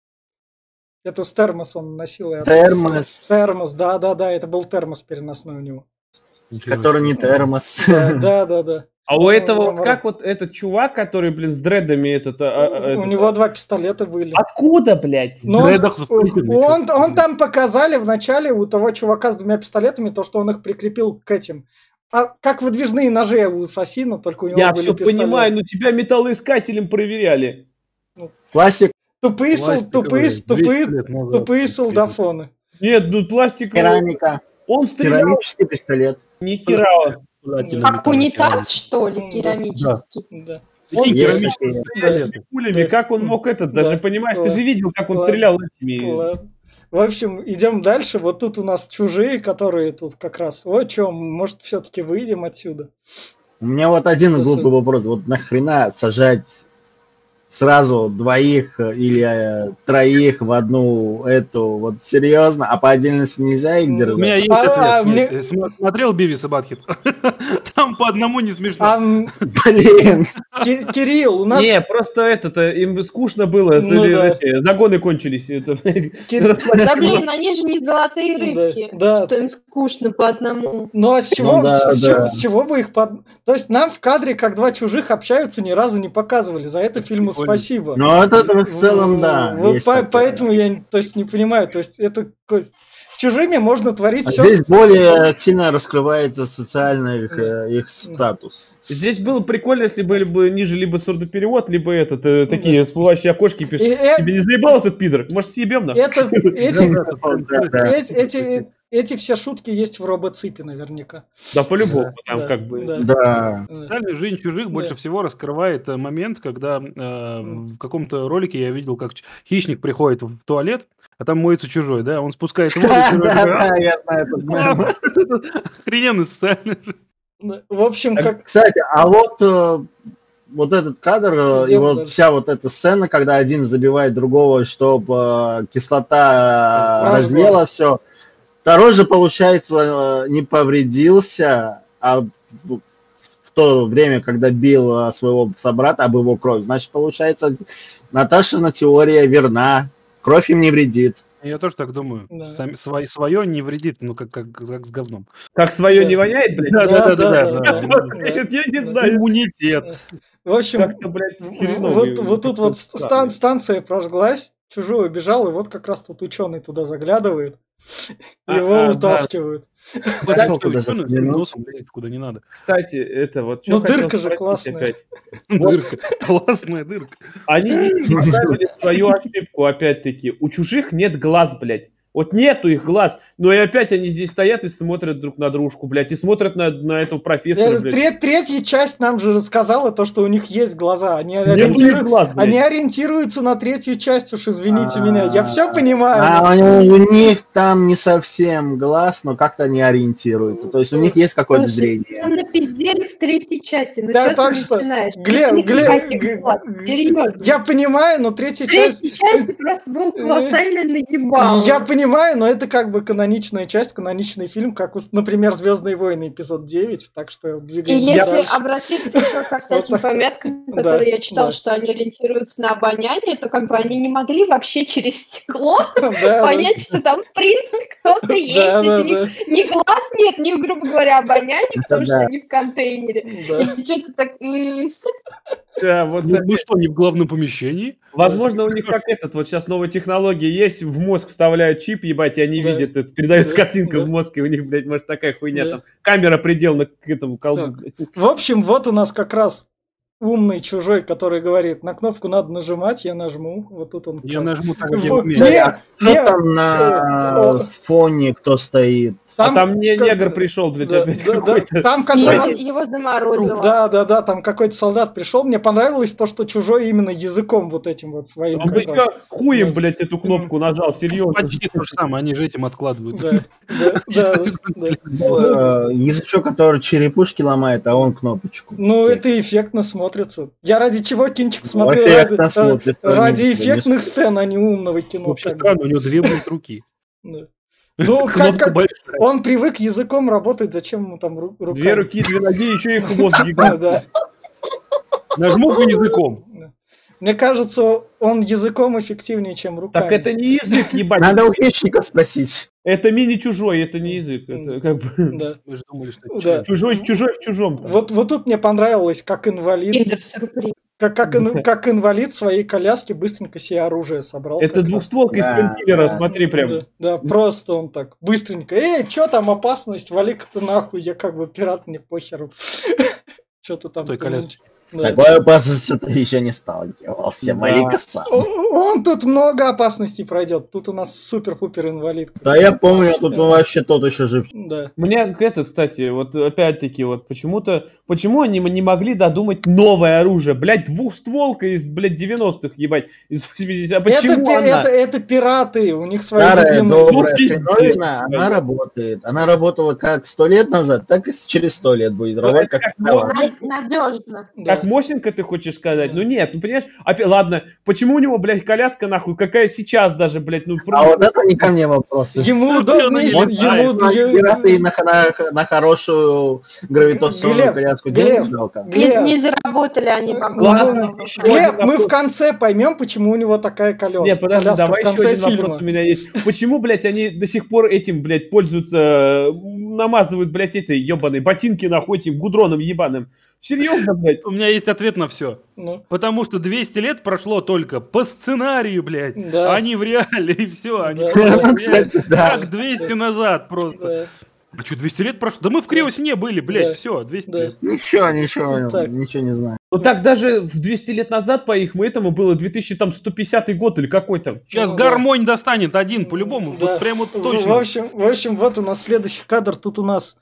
Это с термос он носил. я Термос. Термос, да-да-да, это был термос переносной у него. Который не термос. Да-да-да. А у Ну, этого, ну, вот как вот этот чувак, который, блин, с дредами этот... а, а, У этот- него два пистолета были. Откуда, блядь? Но он, Дредах запретили, он, чё он ты, там показали в начале у того чувака с двумя пистолетами, то, что он их прикрепил к этим. А как выдвижные ножи у ассасина, только у него Я были все пистолеты. понимаю, но тебя металлоискателем проверяли. Пластик, Тупые, сол- Пластиковые, тупые, двести тупые, лет назад. тупые солдафоны. Нет, ну пластик... керамика, Он стрелял керамический пистолет. ни хера. Как унитаз, что ли, Да. керамический? Да. Прикинь, Есть керамические такие. пистолеты. Пулями, Да. как он мог этот, Да. даже понимаешь, ты Ладно. же видел, как он Ладно. стрелял этими... Ладно. В общем, идем дальше. Вот тут у нас чужие, которые тут как раз. О, чем, может, все-таки выйдем отсюда? У меня вот один Слушай. глупый вопрос. Вот нахрена сажать сразу двоих э, или э, троих в одну эту, вот серьезно, а по отдельности нельзя их У У держать? меня есть А, ответ. мне- Есть. См- Смотрел Бивис и Батхед? Там по одному не смешно. А, м, Блин, Ки- Кирилл, у нас... Не, просто это-то, им скучно было, Ну или да. эти загоны кончились. Это, блядь, Кир- расплачивались. Да блин, они же не золотые рыбки, Да, да. что им скучно по одному. Ну а с чего, Ну да, с, с да. чего, с чего бы их под... То есть нам в кадре, как два чужих общаются, ни разу не показывали. За это фильму Прикольно. спасибо. ну вот это в целом, да. Вот есть по- такое. поэтому я не- то есть, не понимаю. То есть это какой- с чужими можно творить А все. здесь более сильно раскрывается социальный их, э, их статус. Здесь было прикольно, если были бы ниже либо сурдоперевод, либо этот, э, такие всплывающие окошки И, пишут. э, Тебе не заебал этот пидор? Может, съебем, нахуй? это, эти, Да, да. эти, эти, эти все шутки есть в робоципе наверняка. Да, по-любому, там Да, как бы... да. Да. Да. Реально, «Жизнь чужих» Да. больше всего раскрывает э, момент, когда э, в каком-то ролике я видел, как ч- хищник приходит в туалет, а там моется чужой, да, он спускает воду, Да, чужой да, такой, «А, да, я знаю этот мем. охрененный социальный». Да. В общем, как... Кстати, а вот э, вот этот кадр э, и Идем вот дальше. вся вот эта сцена, когда один забивает другого, чтобы кислота э, Разлом. разъела все. Второй же, получается, э, не повредился, а в в то время, когда бил а, своего собрата об его кровь. Значит, получается, Наташина теория верна. Кровь им не вредит. Я тоже так думаю. Да. Сами, свое, свое не вредит, ну, как, как, как с говном. Как свое Да. не воняет, блядь? Да, да, Да-да-да. да, да. да. Я не Да. знаю. Иммунитет. В общем, Как-то, блядь, в- хреновый. вот, вот тут вот как-то стан- странный. станция прожглась, чужой убежал, и вот как раз тут ученый туда заглядывает, А, его а, да. утаскивают. Пошел туда Ученый заглянуть. носом лезет куда не надо. Кстати, это вот что Ну, хотел дырка же спросить классная. опять. Дырка. Классная дырка. Они здесь исправили свою ошибку, опять-таки. У чужих нет глаз, блядь. Вот нету их глаз. Но и опять они здесь стоят и смотрят друг на дружку, блядь. И смотрят на, на этого профессора, Э, блядь. тре- Третья часть нам же рассказала то, что у них есть глаза. Они, Нету их ориентиру- глаз, блядь. они ориентируются на третью часть, уж извините меня. Я все понимаю. А у, у них там не совсем глаз, но как-то они ориентируются. То есть у них есть какое-то Слушай, зрение. там напиздели в третьей части. Ну, Да, что так ты что, начинаешь? Глеб, Никаких Глеб, этих г- глаз. г- Серьезно. Я понимаю, но третья В часть... третьей части просто был колоссально наебал. Я понимаю, но это как бы каноничная часть, каноничный фильм, как, у- например, «Звездные войны» эпизод девять, так что И двигаемся если дальше. обратиться еще ко всяким Вот так. пометкам, Да, которые я читала, да. что они ориентируются на обоняние, то как бы они не могли вообще через стекло Да, да. понять, что там в принципе кто-то есть. Да, То есть да, у них да. ни глаз нет, ни, грубо говоря, обоняния, потому что да. они в контейнере. Да. И что-то так... м, Да, вот Ну, это- мы что, не в главном помещении? Возможно, у них как этот, вот сейчас новая технология есть, в мозг вставляют чип, ебать, и они Да. видят, это, передается Да, картинка да. в мозг, и у них, блядь, может такая хуйня, Да. там, камера приделана к этому колбу. Так. В общем, вот у нас как раз умный чужой, который говорит, на кнопку надо нажимать, я нажму. Вот тут он. Я как раз- нажму так, как я Вот, умею. не, Что не, там на э, фоне кто стоит? А там мне как- негр пришел, блядь, да, опять да, да, какой-то. там И его, какой-то... его заморозило. Да, да, да, там какой-то солдат пришел. Мне понравилось то, что чужой именно языком вот этим вот своим. Он бы как раз. еще хуем, Да. блядь, эту кнопку нажал, серьезно. Почти то же самое, они же этим откладывают. Да, да, да, да. Э, Язычок, который черепушки ломает, а он кнопочку. Ну, это эффектно смотрится. Я ради чего кинчик смотрю? эффектно Ради, э, смотрится, ради не- эффектных сцен, а не умного кино. Вообще как бы. странно, у него две, блядь, руки. Да. Ну, как, Кнопка как большая. он привык языком работать, зачем ему там ру- руками? Две руки, две ноги, еще и хвост Да, гигантский. да. Нажму бы языком. Мне кажется, он языком эффективнее, чем руками. Так это не язык, ебать. Надо у хищника спросить. Это мини-чужой, это не язык. Это как бы... Да. Мы же думали, что Да. это человек. Чужой, чужой в чужом. там. Вот, вот тут мне понравилось, как инвалид, Киндер-сюрприз. как, как, ин- как инвалид в своей коляске быстренько себе оружие собрал. Это как раз. двухстволка из Да, пенкиллера, да. смотри прям. Да, да, просто он так быстренько. Эй, чё там опасность? Вали-ка ты нахуй, я как бы пират, мне похеру. Что-то там. Той ты коляске. С Да. такой опасностью ты еще не сталкивался, Да. Малика сам. О- Он тут много опасностей пройдет. Тут у нас супер-пупер инвалид. Да я помню, тут ну, вообще тот еще жив. Да. Мне это, кстати, вот опять-таки, вот почему-то, почему они не могли додумать новое оружие? Блять, двухстволка из, блядь, девяностых, ебать, из восьмидесятых. А Это, почему пи- она? это, это пираты, у них свои Старая любимые- добрая Ну, пиздец. хреновина, она работает. Она работала как сто лет назад, так и с- через сто лет будет работать, как как товар. Надежно. Да. Как Мосинка, ты хочешь сказать? Да. Ну нет, ну понимаешь, опять, ладно, почему у него, блядь, коляска нахуй, какая сейчас даже, блядь, ну А вот это не ко мне вопросы. Ему удобнее, Он ему Может, пираты на, на- на хорошую гравитационную Глеб, коляску Глеб. денег жалко. Не, Глеб, не заработали они, по-моему. Ладно, еще Глеб, один мы в вопрос. конце поймем, почему у него такая колеса. Не, подожди, коляска давай в еще конце один фильма. вопрос у меня есть. Почему, блядь, они до сих пор этим, блядь, пользуются, э, намазывают, блядь, этой ебаной ботинки нахуй этим гудроном ебаным? Серьезно, блядь? У меня есть ответ на все. Ну, Потому что двести лет прошло только по сценарию, блядь. Да. А не в реале, и все. Они Да. просто Ну, реально кстати, да. как двести назад просто. да, А что, двести лет прошло? Да мы в Криосне были, блядь, Да. все, двести да. лет. Ничего, ничего, Так. ничего не знаю. Ну так даже в двести лет назад по их мы этому было две тысячи сто пятидесятый год или какой там. Сейчас Ну, да. гармонь достанет один по-любому, Да. вот прям вот В- В точно. общем, в общем, вот у нас следующий кадр. Тут у нас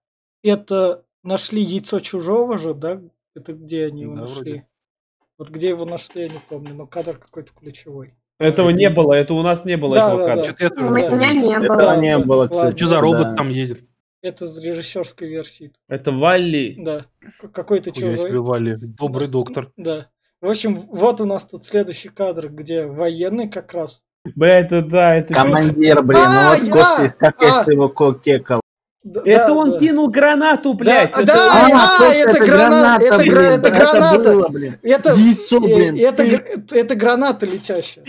это нашли яйцо чужого же, да? Это где они его Да, нашли? вроде. Вот где его нашли, я не помню, но кадр какой-то ключевой. Этого не было, это у нас не было Да, этого да, кадра. да. Что-то я тоже У не меня помню. не Этого было. не Да, было, ладно. кстати. Что за робот да. там едет? Это из режиссерской версии. Это Валли. Да. К- Какой-то Хуя себе, чужой. Вали. Добрый доктор. Да. В общем, вот у нас тут следующий кадр, где военный как раз. Бля, это да, это... Командир, блин, А, ну вот, я- господи, как я а. с его кокекал. Да, Это да, он да. кинул гранату, блядь. Да, это да, он- а, А, слушай, это граната, это блин, гра- это да, граната. было, блин. Это, Яйцо, э, блин, это, ты- гр- это граната летящая.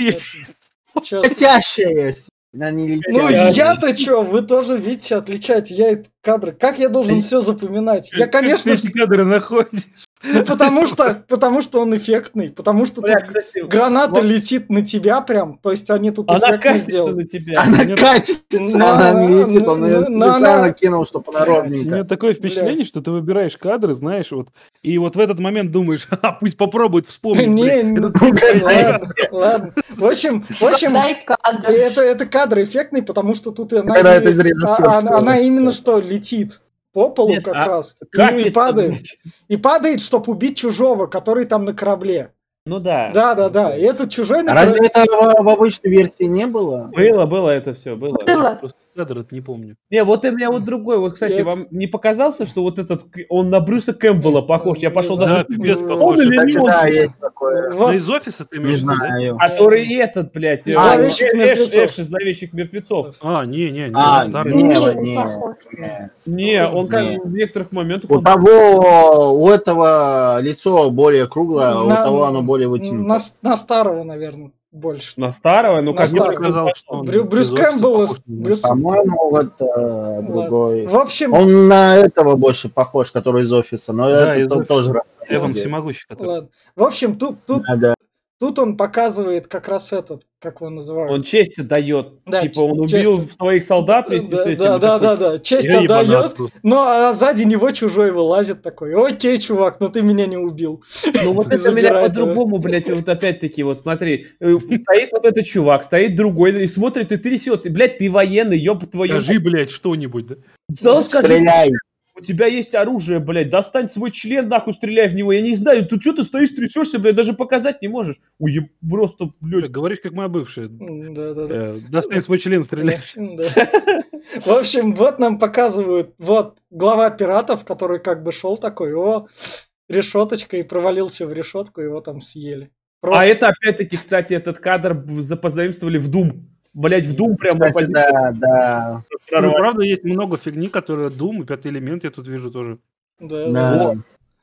Чё ты? Летящая, а не Ну, летящая. я-то что, вы тоже видите, отличаете. Я это кадры. Как я должен все запоминать? Я, Как конечно, ты эти кадры находишь? ну потому что, потому что он эффектный, потому что Бля, тут кстати, граната вот летит на тебя прям, то есть они тут она эффектно катится сделали. на тебя. Она Нет. катится, На- она не летит, он ее на- на- специально она- кинул, чтобы она У меня ровненько. такое впечатление, что ты выбираешь кадры, знаешь, вот, и вот в этот момент думаешь, а пусть попробует вспомнить. Не, блин, ну, этот фильм угадай. про ладно, ладно. В общем, в общем, Дай кадр. это, это кадры эффектные, потому что тут она, Когда и- это из а- режиссерского, она, она что-то. именно что летит по полу Нет, как а раз и- и, Катится, падает. блядь. И падает, чтобы убить чужого, который там на корабле. Ну да. Да, да, да. И этот чужой на А разве корабле. это в, в обычной версии не было? Было, было это все, было. Было. Просто кадр это не помню. Не, вот у меня вот другой. Вот, кстати, Нет. вам не показался, что вот этот, он на Брюса Кэмпбелла похож? Я Не пошел знаю. даже... Да, пипец Он похож. или Кстати, не он? да, есть такое. Ну, Вот. из офиса ты Не имеешь в виду, да? знаю. Который и этот, блядь, э, Зловещих Эш, мертвецов. Эш из зловещих мертвецов. А, не, не, не, А, старый. не, Не, не, не не, похож. не. Не, он как Не. в некоторых моментах... У он- того, у этого лицо более круглое, а у На- того оно более На, вытянуто. на старого, наверное, больше. На старого, ну На как Мне старого. показалось, что он Брю- Брюс из офиса Кэмпбелл, похож на Брюс- По-моему, вот э, другой. В общем, Он на этого больше похож, который из офиса, но Да, это из то- офиса. тоже Эван раз. Всемогущий, который. ладно. В общем, тут, тут, Да, да. тут он показывает как раз этот, как его называют. Он честь отдает. Да, Типа он честь. убил своих солдат вместе да, с этим. да, и да, такой, да, да. Честь Я ебанат отдает, просто. но а сзади него чужой вылазит такой. Окей, чувак, но ты меня не убил. Ну вот И это меня забирает по-другому, блядь, и вот опять-таки, вот смотри, э, стоит вот этот чувак, стоит другой, и смотрит, и трясется. Блядь, ты военный, ёб твою. Скажи, блядь, что-нибудь, да? Да, скажи, Стреляй. у тебя есть оружие, блядь, достань свой член, нахуй, стреляй в него. Я не знаю, тут что ты стоишь, трясешься, блядь, даже показать не можешь. Ой, просто, Бля, блядь. Говоришь, как моя бывшая. М, Да, да, да. Э, Достань свой член, стреляй. Да. В общем, вот нам показывают, вот глава пиратов, который как бы шел такой, о, решеточка, и провалился в решетку, его там съели. Просто- А это опять-таки, кстати, этот кадр б- запозаимствовали в Doom. Блядь, в Doom прям Кстати, да, да. Ну, прорвали. правда, есть много фигни, которые Doom и Пятый элемент я тут вижу тоже. Да, да. Да.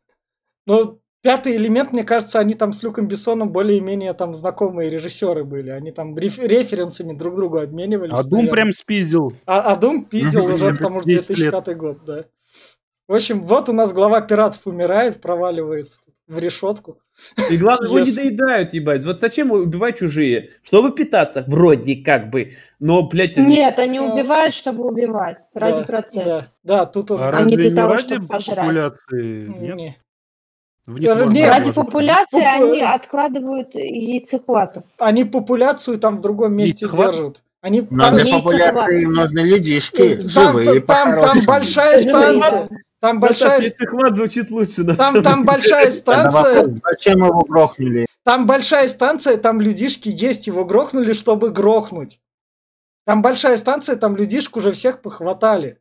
Ну, пятый элемент, мне кажется, они там с Люком Бессоном более-менее там знакомые режиссеры были. Они там реф- референсами друг другу обменивались. А Doom наверное. прям спиздил. А, а Doom пиздил Мгм. уже, потому что десять две тысячи пятый год, да. В общем, вот у нас глава пиратов умирает, проваливается в решетку. И главное, его не Yes. доедают, ебать. Вот зачем убивать чужие? Чтобы питаться? Вроде как бы. Но, блядь, они- Нет, они убивают, чтобы убивать. Ради Да, процесса. Да, да, тут он... А А разве не для не того, ради чтобы пожрать. популяции? Нет? Не. В них Даже можно нет. Ради можно- популяции Попу- они откладывают яйцехватов. Они популяцию там в другом месте Яйцехват? держат. Они Но там, для яйца популяции им нужны людишки, там, живые, там, там по-хорошему. большая станция. Живые. Там Наташ, большая, яйцехват звучит лучше. на там, самом там деле. большая Тогда станция. вопрос, зачем его грохнули? Там большая станция, там людишки есть, его грохнули, чтобы грохнуть. Там большая станция, там людишек уже всех похватали.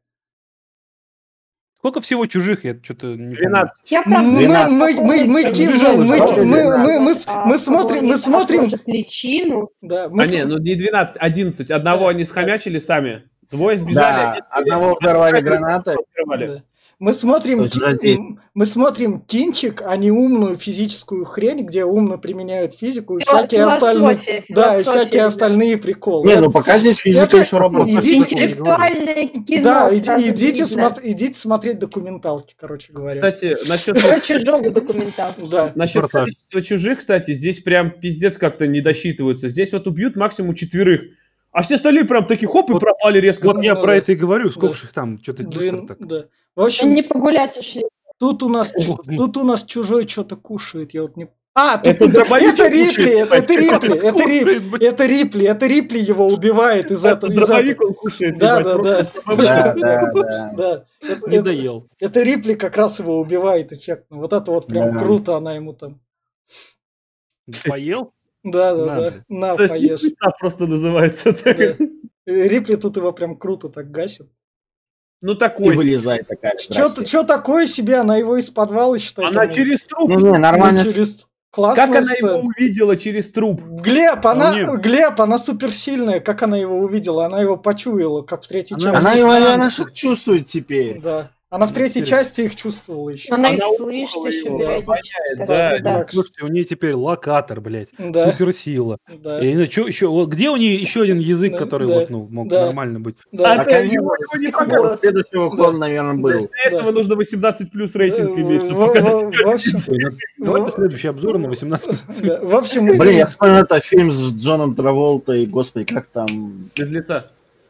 Сколько всего чужих? Я что-то не помню. двенадцать. Я правда Мы, двенадцать. мы, мы, мы, не ки- знаю, мы, мы, что мы, мы, мы, мы, а мы смотрим, мы кого смотрим, отложат личину. да, мы А с- не, ну не двенадцать, одиннадцать. Одного Да, они да. схомячили сами. Двое сбежали. Да, один- одного взорвали гранатой. открывали. да. Мы смотрим, То есть уже ки- здесь. мы смотрим кинчик, а не умную физическую хрень, где умно применяют физику и Фило- всякие остальные, философия, да, и философия, всякие ребят. остальные приколы. Не, ну пока здесь физика Это- еще работает. Идите- Интеллектуальное кино. да, сразу иди- идите, видно. смотр- идите смотреть документалки, короче говоря. Кстати, насчет, Про чужого документалки. Да. насчет Бросай. количества чужих, кстати, здесь прям пиздец как-то не досчитываются. Здесь вот убьют максимум четверых. А все остальные прям такие хоп и Вот- пропали резко. Вот я Ну, про да. это и говорю. Сколько Да. же их там? Что-то Двен- быстро так. да. В общем, Не погулять ушли. тут у нас, чу- Вот, ну. тут у нас чужой что-то кушает, я вот не... А, тут Это это, дробовик это Рипли, кушает, это, это ебать. Рипли, это Кушает, Рипли, блядь. это Рипли, это Рипли его убивает из Это этого. из дробовик этого. он кушает. Да, ебать, да, просто. Да, да, да. Да, это, Не это- доел. это Рипли как раз его убивает эффектно. Вот это вот прям Да. круто она ему там. Поел? Да, да, На, да. блин. На, Сосни поешь. пицца просто называется. так. Да. Рипли тут его прям круто так гасит. Ну И такой. вылезай такая. Что здрасте. что такое себе? Она его из подвала считает. Она ему. через труп. Не-не, нормально. Ну, через- Классная Как она сцена. его увидела через труп? Глеб, она, Вполне. Глеб, она суперсильная. Как она его увидела? Она его почуяла, как в третьей Она- части. Она его, странно. она же чувствует теперь. Да. Она в Ну, третьей интересно. части их чувствовала еще. Она, Она их ухала слышит еще его, периодически. обоняет, так да. что да. Так. Слушайте, у нее теперь локатор, блядь, Да. суперсила. Да. Я не знаю, чё еще, вот где у нее еще один язык, Да, который да, вот, ну, мог да. нормально быть? Да. А Пока ты не его, было. его не Их показывал. голос. Следующего Да. хода, наверное, был. Для этого Да. нужно восемнадцать плюс рейтинг Да, иметь, чтобы в- показать. в- в общем, Ой, ну, Давайте в- следующий обзор на восемнадцать. да, в общем, Блин, я вспомнил это фильм с Джоном Траволтой, господи, как там... Без лица.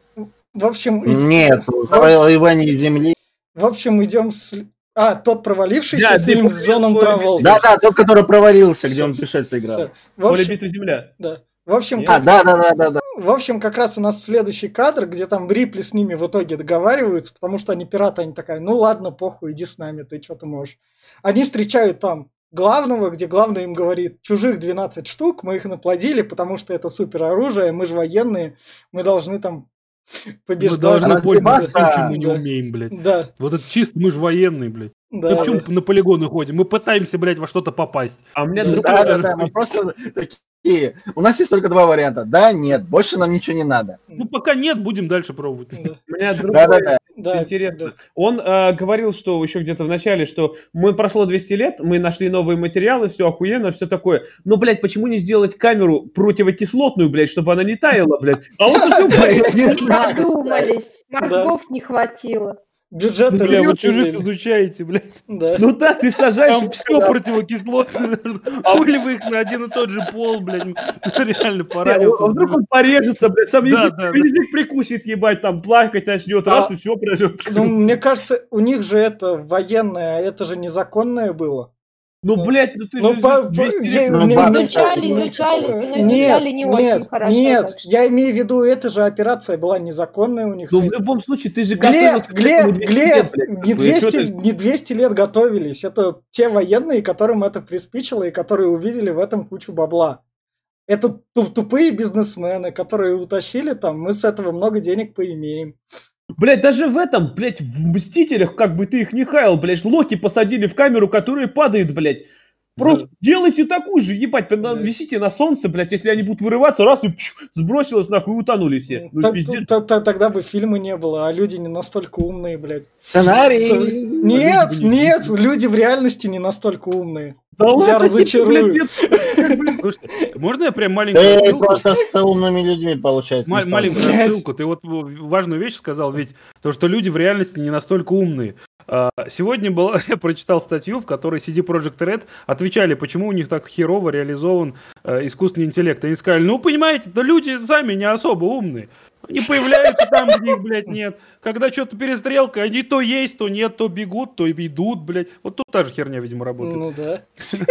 в общем, иди- Нет, завоевание земли. в общем, идем с... А, тот провалившийся Да, ты фильм с помнишь, Джоном Поле Траволтой. Да-да, тот, который провалился, где Всё. он пришельца играл. Всё. В Поле общем, битвы земля. да. В общем, Нет? А, как- да-да-да-да-да. в общем, как раз у нас следующий кадр, где там Рипли с ними в итоге договариваются, потому что они пираты, они такая, ну ладно, похуй, иди с нами, ты что ты можешь. Они встречают там главного, где главный им говорит, чужих двенадцать штук, мы их наплодили, потому что это супер оружие, мы же военные, мы должны там Мы побеждать. должны пользоваться тем, разбиваться. чем мы не Да. умеем, блядь. Да, Вот это чисто, мы же военные, блядь. да. Мы почему на полигоны ходим? Мы пытаемся, блядь, во что-то попасть. А у меня Да, друг Да, да, расскажет, да, мы просто такие. У нас есть только два варианта. Да, нет, больше нам ничего не надо. Ну, пока нет, будем дальше пробовать. Да, у меня друг Да, да, да. да, интересно. да. Он э, говорил, что еще где-то в начале, что мы прошло двести лет, мы нашли новые материалы, все охуенно, все такое. Но, блядь, почему не сделать камеру противокислотную, блядь, чтобы она не таяла, блядь? А вот что, блядь, Я не Не знаю. подумались, мозгов не хватило. Бюджет Бля, вы чужих изучаете, блядь. Да. ну да, ты сажаешь... Там все противокислотное. Хули вы их на один и тот же пол, блядь. Реально А поранился. вдруг он порежется, блядь, сам Да, язык, да, да. язык прикусит, ебать, там плакать начнет, А- раз и все пройдет. Ну, мне кажется, у них же это военное, а это же незаконное было. Ну, блядь, ну ты Ну, же по- двести по- лет я- Ну, не- ба- не- Изучали, не- изучали, но Нет, изучали не очень нет, хорошо. Нет, так что- я имею в виду, эта же операция была незаконная у них. с Ну, в этим. любом случае, ты же Глеб, готовился к Глеб, этому двести Глеб, лет, блядь. не Ну, и чё 200, ты- не двести лет готовились. Это те военные, которым это приспичило и которые увидели в этом кучу бабла. Это ту- тупые бизнесмены, которые утащили там, мы с этого много денег поимеем. Блядь, даже в этом, блядь, в Мстителях, как бы ты их не хаял, блядь, Локи посадили в камеру, которая падает, блядь. Просто делайте такую же, ебать, на- Да. висите на солнце, блядь, если они будут вырываться, раз и пш, сбросилось, нахуй, и утонули все. Ну, Т- пиздец. т- т- Тогда бы фильма не было, а люди не настолько умные, блядь. Сценарий. Нет, люди бы не нет, люди в реальности не настолько умные. Да Я ладно, тебе, разочарую. блядь, нет. Слушайте, можно я прям маленькую Ты отсылку? просто с умными людьми, получается. Ма- не стал. маленькую Блядь. отсылку. Ты вот важную вещь сказал, ведь то, что люди в реальности не настолько умные. А, Сегодня была, я прочитал статью, в которой си ди Projekt Red отвечали, почему у них так херово реализован э, искусственный интеллект. Они сказали, ну, понимаете, да люди сами не особо умные. Они появляются там, где их, блядь, нет. Когда что-то перестрелка, они то есть, то нет, то бегут, то идут, блядь. Вот тут та же херня, видимо, работает. Ну да.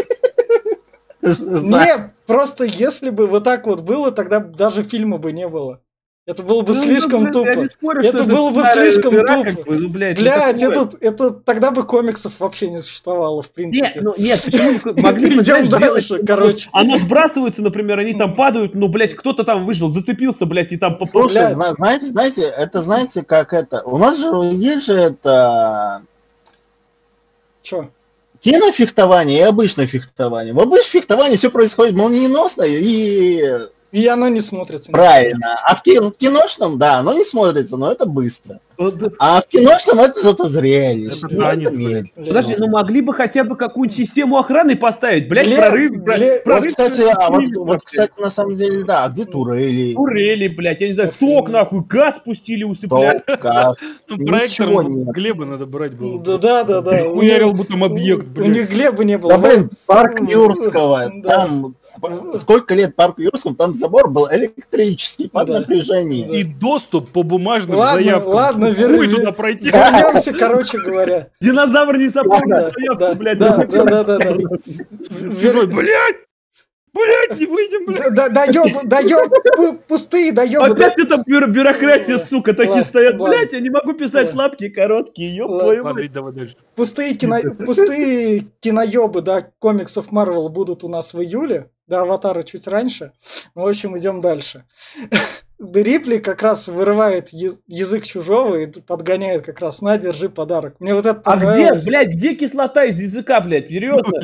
Знаю. Нет, просто если бы вот так вот было, тогда даже фильма бы не было. Это было бы Ну, слишком ну, блядь, тупо. Я не спорю, Это что было бы старая слишком дыра, тупо. как бы, ну, блядь, ну, Блядь, такое. это, это тогда бы комиксов вообще не существовало, в принципе. Нет, ну нет, почему не- могли бы, Идем знаешь, дальше, сделать, короче. Оно сбрасывается, например, они там падают, ну, блядь, кто-то там выжил, зацепился, блядь, и там попал. Слушай, Блядь. зна- знаете, знаете, это знаете, как это. У нас же есть же это Чё? кинофехтование и обычное фехтование. В обычном фехтовании все происходит молниеносно и И оно не смотрится. правильно. А в ки- в киношном, да, оно не смотрится, но это быстро. Вот, А в киношном это зато зрелищно. Это Ну, танец, это блядь. медленно. Подожди, ну могли бы хотя бы какую-нибудь систему охраны поставить, блядь, Глеб, прорыв, Глеб, блядь, Вот, прорыв. кстати, а вот, снимет вот, вообще. кстати, на самом деле, да, а где турели? Турели, блядь, я не знаю, ток, нахуй, газ пустили, усыпляли. Топка. Ну, Ничего проектором нет. Глеба надо брать было. Да, да, да, да. У Хуярил них- бы там объект, У блядь. них Глеба не было. Да, блин, парк Ну, Юрского, да. там сколько лет парку Юрскому, там забор был электрический под Да. напряжением. И доступ по бумажным Ладно, заявкам. ладно, Хуй вер- туда вер- пройти. Вернемся, короче говоря. Динозавр не Да, запомнил, да, блядь, да, ну, да, да, да, да. Чужой, блядь! Блядь, не выйдем, блядь! Да, даёб, даёб, пу- пустые даёбы. Опять это бюро- бюрократия, сука, такие Ладно, стоят. ладно. Блядь, я не могу писать Ладно. лапки короткие, ёб Ладно. твою Ладно, мать. давай дальше. Пустые, кино, пустые киноебы, да, комиксов Марвел будут у нас в июле. До Аватара чуть раньше. Ну, в общем, идем дальше. Де Рипли как раз вырывает я- язык чужого и подгоняет как раз на, держи подарок. Мне вот это А где, понравилось. блядь, где кислота из языка, блядь, серьезно?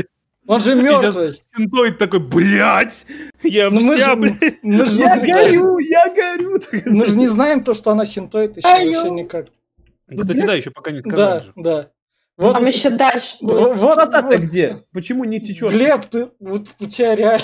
Он же И сейчас мертвый. синтоид такой, блядь, я Ну мы вся, же, блядь. мы же Я не знаем. горю, я горю. Мы же не знаем то, что она синтоид еще Алло. вообще никак. Ну, кстати, да, еще пока не сказали Да, же. да. Вот, Там еще дальше будет. в- вот, Кислота-то вот, где? Почему не течет? Глеб, ты, вот у тебя реально...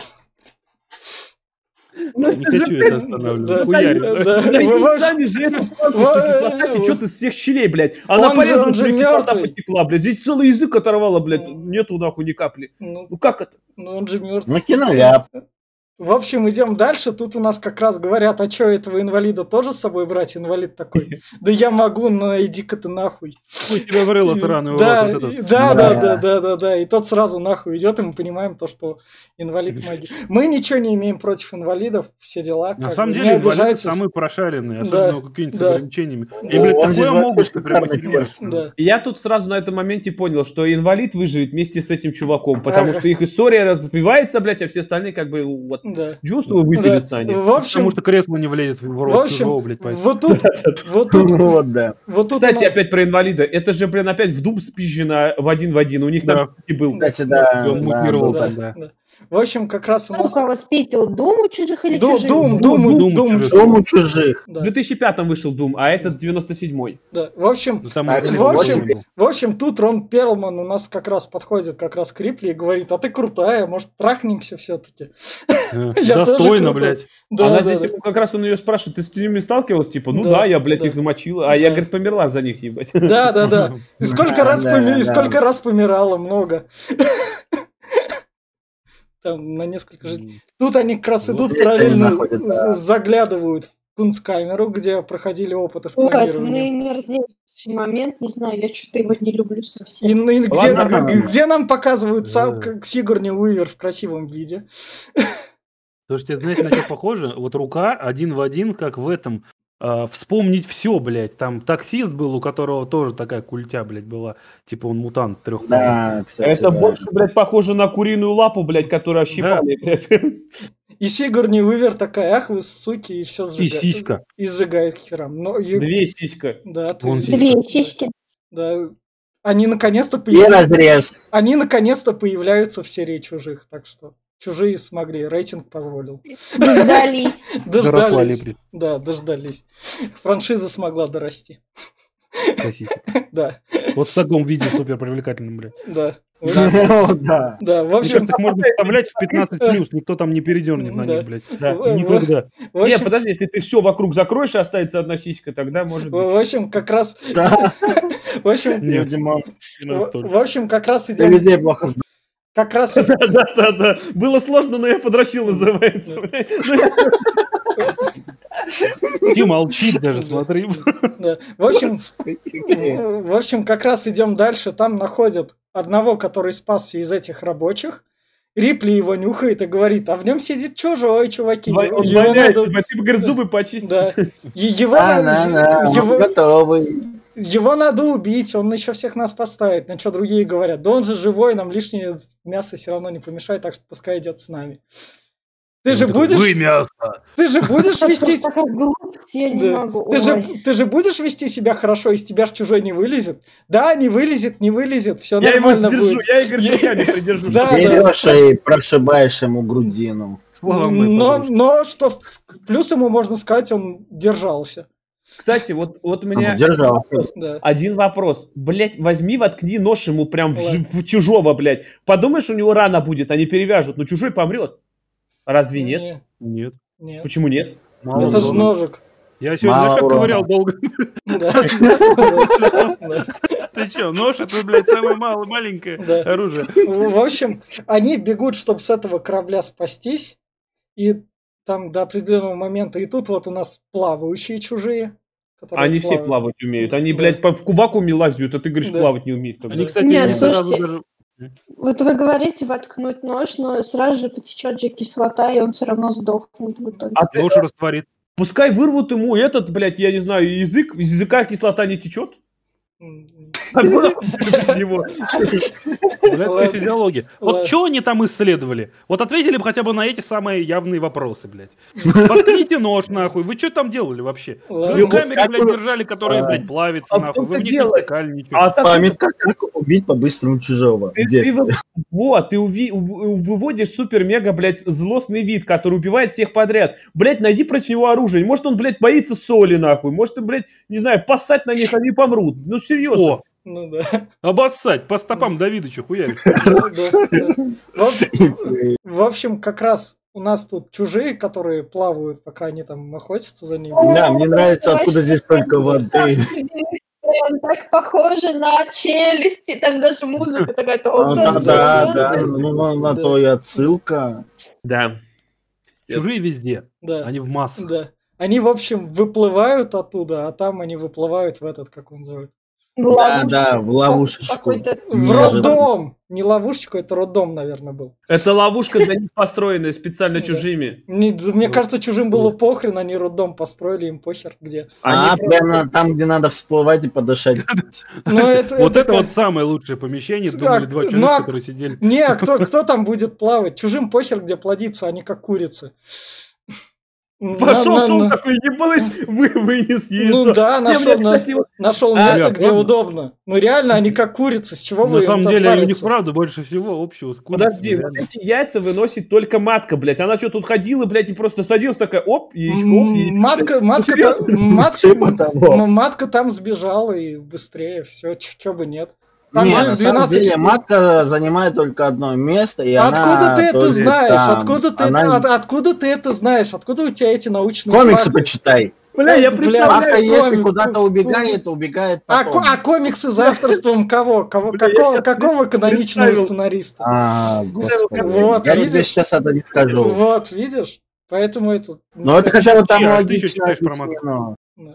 Не хочу это останавливать. Да, Хуярю, да? да. Да Вы и вообще- сами же это факт, Во- что кислота течет из всех щелей, блядь. Она Он же- полезла, он же блядь, кислота мертвый. потекла, блядь. Здесь целый язык оторвало, блядь. Ну. Нету нахуй ни капли. Ну, Ну как это? ну, он же мертв. Ну, киноляп. В общем, идем дальше. Тут у нас как раз говорят, а что, этого инвалида тоже с собой брать? Инвалид такой, да я могу, но иди-ка ты нахуй. Ой, тебя врыло сраный Да, урод вот этот. да, да, Да. да, да, да, да. И тот сразу нахуй идет, и мы понимаем то, что инвалид магии. Мы ничего не имеем против инвалидов, все дела. На как самом бы, деле, не инвалиды обижайтесь. самые прошаренные, Да, особенно у каких-нибудь с да. ограничениями. И, блядь, Он здесь такое вообще могут, ты прям шикарный охереваешь. перс. Да. Я тут сразу на этом моменте понял, что инвалид выживет вместе с этим чуваком, потому Ага. что их история развивается, блядь, а все остальные как бы вот Да. чувствую выпилятся Да. они. В общем, Потому что кресло не влезет в в рот общем, чужого, блядь, поэтому. вот тут, вот тут, Ну вот, да. вот тут Кстати, она- опять про инвалида. Это же, блин, опять в Doom спизжено в один в один. У них Да. там и был. Кстати, да. И он да, мутировал был да, там, да. да. В общем, как раз у Кто нас... кого спиздил? Дум у чужих или Ду- чужих? Дум, Дум, Дум, Дум Дум, чужих. Дом у чужих. да, В две тысячи пятом вышел Doom, а этот девяносто седьмой. да. В общем, Ну, там Так, инвалид в очень общем, был. в общем, тут Рон Перлман у нас как раз подходит как раз к Рипли и говорит, а ты крутая, может, трахнемся все-таки? Э, Я тоже Достойно, крутой. блядь. Да, Она да, здесь да. ему как раз он ее спрашивает, ты с ними сталкивалась? Типа, ну Да, да, я, блядь, да. их замочила. А я, Да. говорит, померла за них, ебать. Да, да, да. И сколько Да, раз да, поме- и да. сколько раз помирала, много. Там на несколько жизней. Тут они как раз Вот идут здесь они параллельно, находят, да. з- заглядывают в кунсткамеру, где проходили опыты с Вот, клонированием. наимерзейший момент, не знаю, я что-то его не люблю И, совсем. ну, и где, Ладно. г- где нам показывают сам, Да. как Сигурни Уивер в красивом виде. Слушайте, знаете, на что похоже? Вот рука один в один, как в этом. а, вспомнить все, блядь. Там таксист был, у которого тоже такая культя, блядь, была. Типа он мутант трехпалый. Да, кстати, Это да. больше, блядь, похоже на куриную лапу, блядь, которую ощипали. блядь. И Сигурни Уивер такая, ах вы суки, и все И сжигает. сиська. И сжигает херам. Но, и- Две сиська. да, ты- Вон сиська. Две сиськи. да. Они наконец-то И появляются. разрез. Они наконец-то появляются в серии чужих, так что чужие смогли, рейтинг позволил. Дождались. Доросла Дождались. Липри. Да, дождались. Франшиза смогла дорасти. до сисек. Да, Вот в таком виде супер привлекательном, блядь. да. Ну, да. Да, в Мне общем, кажется, их можно вставлять в пятнадцать плюс, никто там не передернет на Да. них, блядь. Да, В- никогда. в Не, общем, подожди, если ты все вокруг закроешь и останется одна сиська, тогда может в быть. общем, как раз, Да, в общем, Нет, видимо, не надо в столько. в общем, как раз ты идем, людей плохо знаешь. как раз, Да-да-да. Было сложно, но я подращил, называется. блядь. И молчит даже, смотри. да. В общем, Господи, Грех. в общем, как раз идем дальше. Там находят одного, который спасся из этих рабочих. Рипли его нюхает и говорит, а в нем сидит чужой, чуваки. Он Его воняет, надо- ебать, ты бы, говорит, зубы почистил. Да. Е- Его, Да, надо- да, да, его- мы готовы. его надо убить, он еще всех нас поставит. На что другие говорят, да он же живой, нам лишнее мясо все равно не помешает, так что пускай идет с нами. Ты же будешь, Вы мясо. ты же будешь вести, Это такая глупость, я не да. могу. ты же, Ой. ты же будешь вести себя хорошо, из тебя ж чужой не вылезет. Да, не вылезет, не вылезет, все Я его нормально сдержу, будет. я Игорь руками придержу. Да, чтобы- Берешь и прошибаешь ему грудину. Слава моей Но, подружке. но что в- плюс ему можно сказать, он держался. Кстати, вот, вот у меня Держал. Да. один вопрос. Блять, возьми, воткни нож ему прям в, жи- Ладно. в чужого, блядь. Подумаешь, у него рана будет, они перевяжут, но чужой помрет. Разве нет? Не, Нет. нет. Почему нет? Мало Это же урона. ножик. Я сегодня, знаешь, Мало как урона. ковырял долго? Да. Да. Ты что, нож это, блядь, самое малое, маленькое Да. оружие. В общем, они бегут, чтобы с этого корабля спастись. И там до определенного момента. И тут вот у нас плавающие чужие. которые Они все плавают. плавать умеют. Они, Да. блядь, по- в вакууме лазят, а ты говоришь, Да. плавать не умеют. тогда. Они, кстати, Нет, не сразу слушайте, даже... Вот вы говорите воткнуть нож, но сразу же потечет же кислота, и он все равно сдохнет в итоге. А ты, Нож растворит. пускай вырвут ему этот, блядь, я не знаю, язык, из языка кислота не течет. М, без него. Блядская Ладно. физиология. Вот Ладно. что они там исследовали? Вот ответили бы хотя бы на эти самые явные вопросы, блядь. Воткните нож, нахуй. Вы что там делали вообще? Ладно. Вы в камере, Как блядь, вы- держали, которая, А. блядь, плавится, А в нахуй. Вы в том-то них дело. не втыкали ничего. А так Памятка, как убить по-быстрому чужого в Ты, ты детстве. вы- вот, ты уви- у- выводишь супер-мега, блядь, злостный вид, который убивает всех подряд. Блядь, найди против него оружие. Может, он, блядь, боится соли, нахуй. Может, он, блядь, не знаю, поссать на них, они помрут. Ну, серьезно. О, Ну да. обоссать по стопам Давидыча хуярить. Да, да, да. В общем- В общем, как раз у нас тут чужие, которые плавают, пока они там охотятся за ними. Да, мне нравится, откуда здесь только воды. Прям так похоже на челюсти, там даже музыка такая. Ну, да, Да, да, да, да, ну на- на да. то и отсылка. Да. Чужие везде, Да, они в массах. да. Они, в общем, выплывают оттуда, а там они выплывают в этот, как он называется. Да, да, в ловушечку. Какой-то- В Неожиданно. роддом! Не ловушечку, это роддом, наверное, был. Это ловушка для них построенная специально Да. чужими. Мне, мне Вот. кажется, чужим было похрен, они роддом построили, им похер где. А, Они прямо там, где надо всплывать и подышать. Но это, Вот это как- вот самое лучшее помещение, Как? думали два Ну, человека, а- которые сидели. Не, а кто, кто там будет плавать? Чужим похер, где плодиться, они как курицы. Пошел, На- на- шел на- такой, ебалось, вы, вынес яйцо. Ну да, Не, нашел, мне, кстати, вот- нашел А, место, ребят, где ладно. удобно. Ну реально, они как курицы, с чего вы На им самом там деле, у них париться? правда больше всего общего с курицами. Подожди, вот реально. эти яйца выносит только матка, блядь. Она что, тут ходила, блядь, и просто садилась такая, оп, яичко, оп, М, яичко. Матка, матка, серьезно? та- матка, Типа того. м, матка там сбежала и быстрее, все, чё бы нет. Там Не, же на самом двенадцать деле матка занимает только одно место, и Откуда она ты это тоже знаешь? там. Откуда ты, Она- это, от- откуда ты это знаешь? Откуда у тебя эти научные Комиксы факты? почитай. Бля, я Бля, представляю, Матка, если комик- куда-то убегает, то убегает А, потом. ко- а комиксы за авторством кого? кого Бля, я какого, щас какого каноничного представил. сценариста? А, господи. Вот, Я тебе видишь? сейчас это не скажу. Вот, видишь? Поэтому это... Но это хотя бы там А ты логично ещё читаешь про объяснено. Да.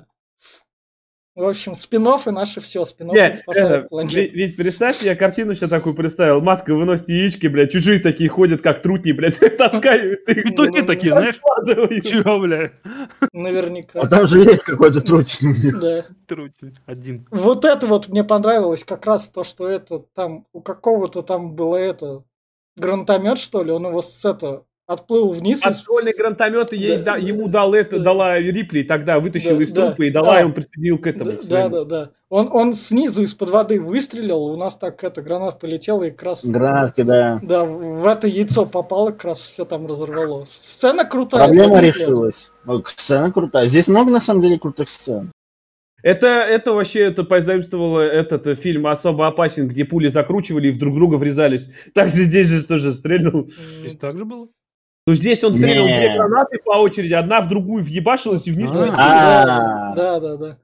В общем, спин-оффы наши все, спин-оффы Не, спасают это, планету. ведь, ведь представь, я картину себе такую представил. Матка выносит яички, блядь, чужие такие ходят, как трутни, блядь, таскают их. Петухи Ну, такие, знаешь? Откладывают. Чего, бля? Наверняка. А там же есть какой-то трутень у них. Да. Трутень. Один. Вот это вот мне понравилось, как раз то, что это там, у какого-то там было это, гранатомет, что ли, он его с это, отплыл вниз. и с- Подствольный гранатомет ей Да. да- ему дал это, Да. дала Рипли, тогда вытащил Да, из да. трупа и дала, А. и он присоединил к этому. Да, к да, своему. да, да. Он, он снизу из-под воды выстрелил, у нас так это, гранат полетела и как раз... Гранатки, да. Да, в это яйцо попало, как раз все там разорвало. Сцена крутая. Проблема двадцать лет. решилась. Ну, сцена крутая. Здесь много, на самом деле, крутых сцен. Это, это вообще это позаимствовало этот э, фильм «Особо опасен», где пули закручивали и в друг друга врезались. Так же здесь же тоже стрельнул. Здесь так же было? Ну, здесь он стрелял Не. две гранаты по очереди, одна в другую въебашилась и вниз. А. полетела. А, Да, да, да.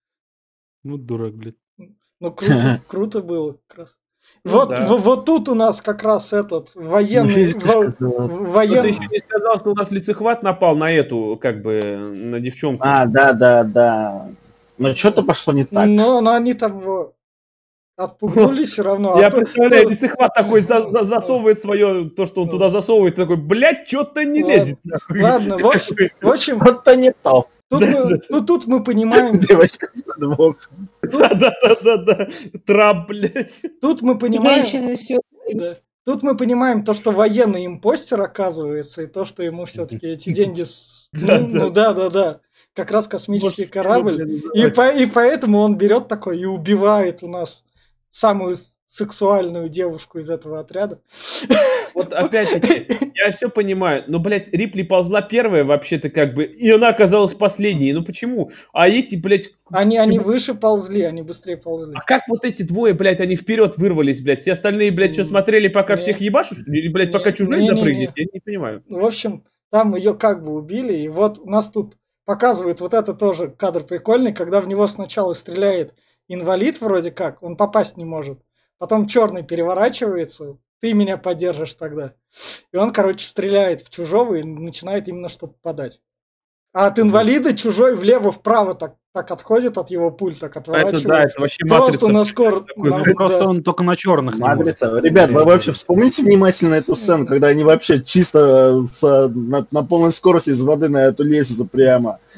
Ну, дурак, блядь. Ну, круто, круто было как раз. Ну Вот, да. в- вот тут у нас как раз этот военный... видишь, во- как это- Но ты военный... еще не сказал, что у нас лицехват напал на эту, как бы, на девчонку. А, да, да, да. Но что-то пошло не так. Но, но они там его отпугнули все равно. Я а то- представляю, то- лицехват такой за- за- засовывает свое, то, что он Ну. туда засовывает, такой, блядь, что-то не Ладно. лезет. нахуй». Ладно, в общем, в общем Что-то не то. тут, мы, тут, тут мы понимаем, Девочка с подвохом. Да-да-да-да-да. Трап, блядь. тут мы понимаем, Женщины с ю- да, тут мы понимаем то, что военный импостер оказывается, и то, что ему все-таки эти деньги, с- Да, ну, да. ну да, да, да, как раз космический Может, корабль. блин, И, давай. по- и поэтому он берет такой и убивает у нас самую с- сексуальную девушку из этого отряда. Вот опять-таки, я все понимаю, но, блядь, Рипли ползла первая вообще-то как бы, и она оказалась последней. Ну почему? А эти, блядь, Они, они выше ползли, они быстрее ползли. а как вот эти двое, блядь, они вперед вырвались, блядь? Все остальные, блядь, что смотрели, пока Не. всех ебашут, что ли? Или, блядь, пока Не, чужие не, не, допрыгнет? Я не понимаю. В общем, там ее как бы убили, и вот у нас тут показывают вот это тоже кадр прикольный, когда в него сначала стреляет инвалид вроде как, он попасть не может. Потом черный переворачивается, ты меня поддержишь тогда. И он, короче, стреляет в чужого и начинает именно что попадать. А от инвалида чужой влево-вправо так, так отходит от его пуль, так А это, отворачивается. да, это вообще Просто матрица. на скор... Такой, на- блядь, Просто да. он только на черных не может. Матрица. Ребят, вы вообще вспомните внимательно эту сцену, когда они вообще чисто с, на, на полной скорости из воды на эту лестницу прямо. Да.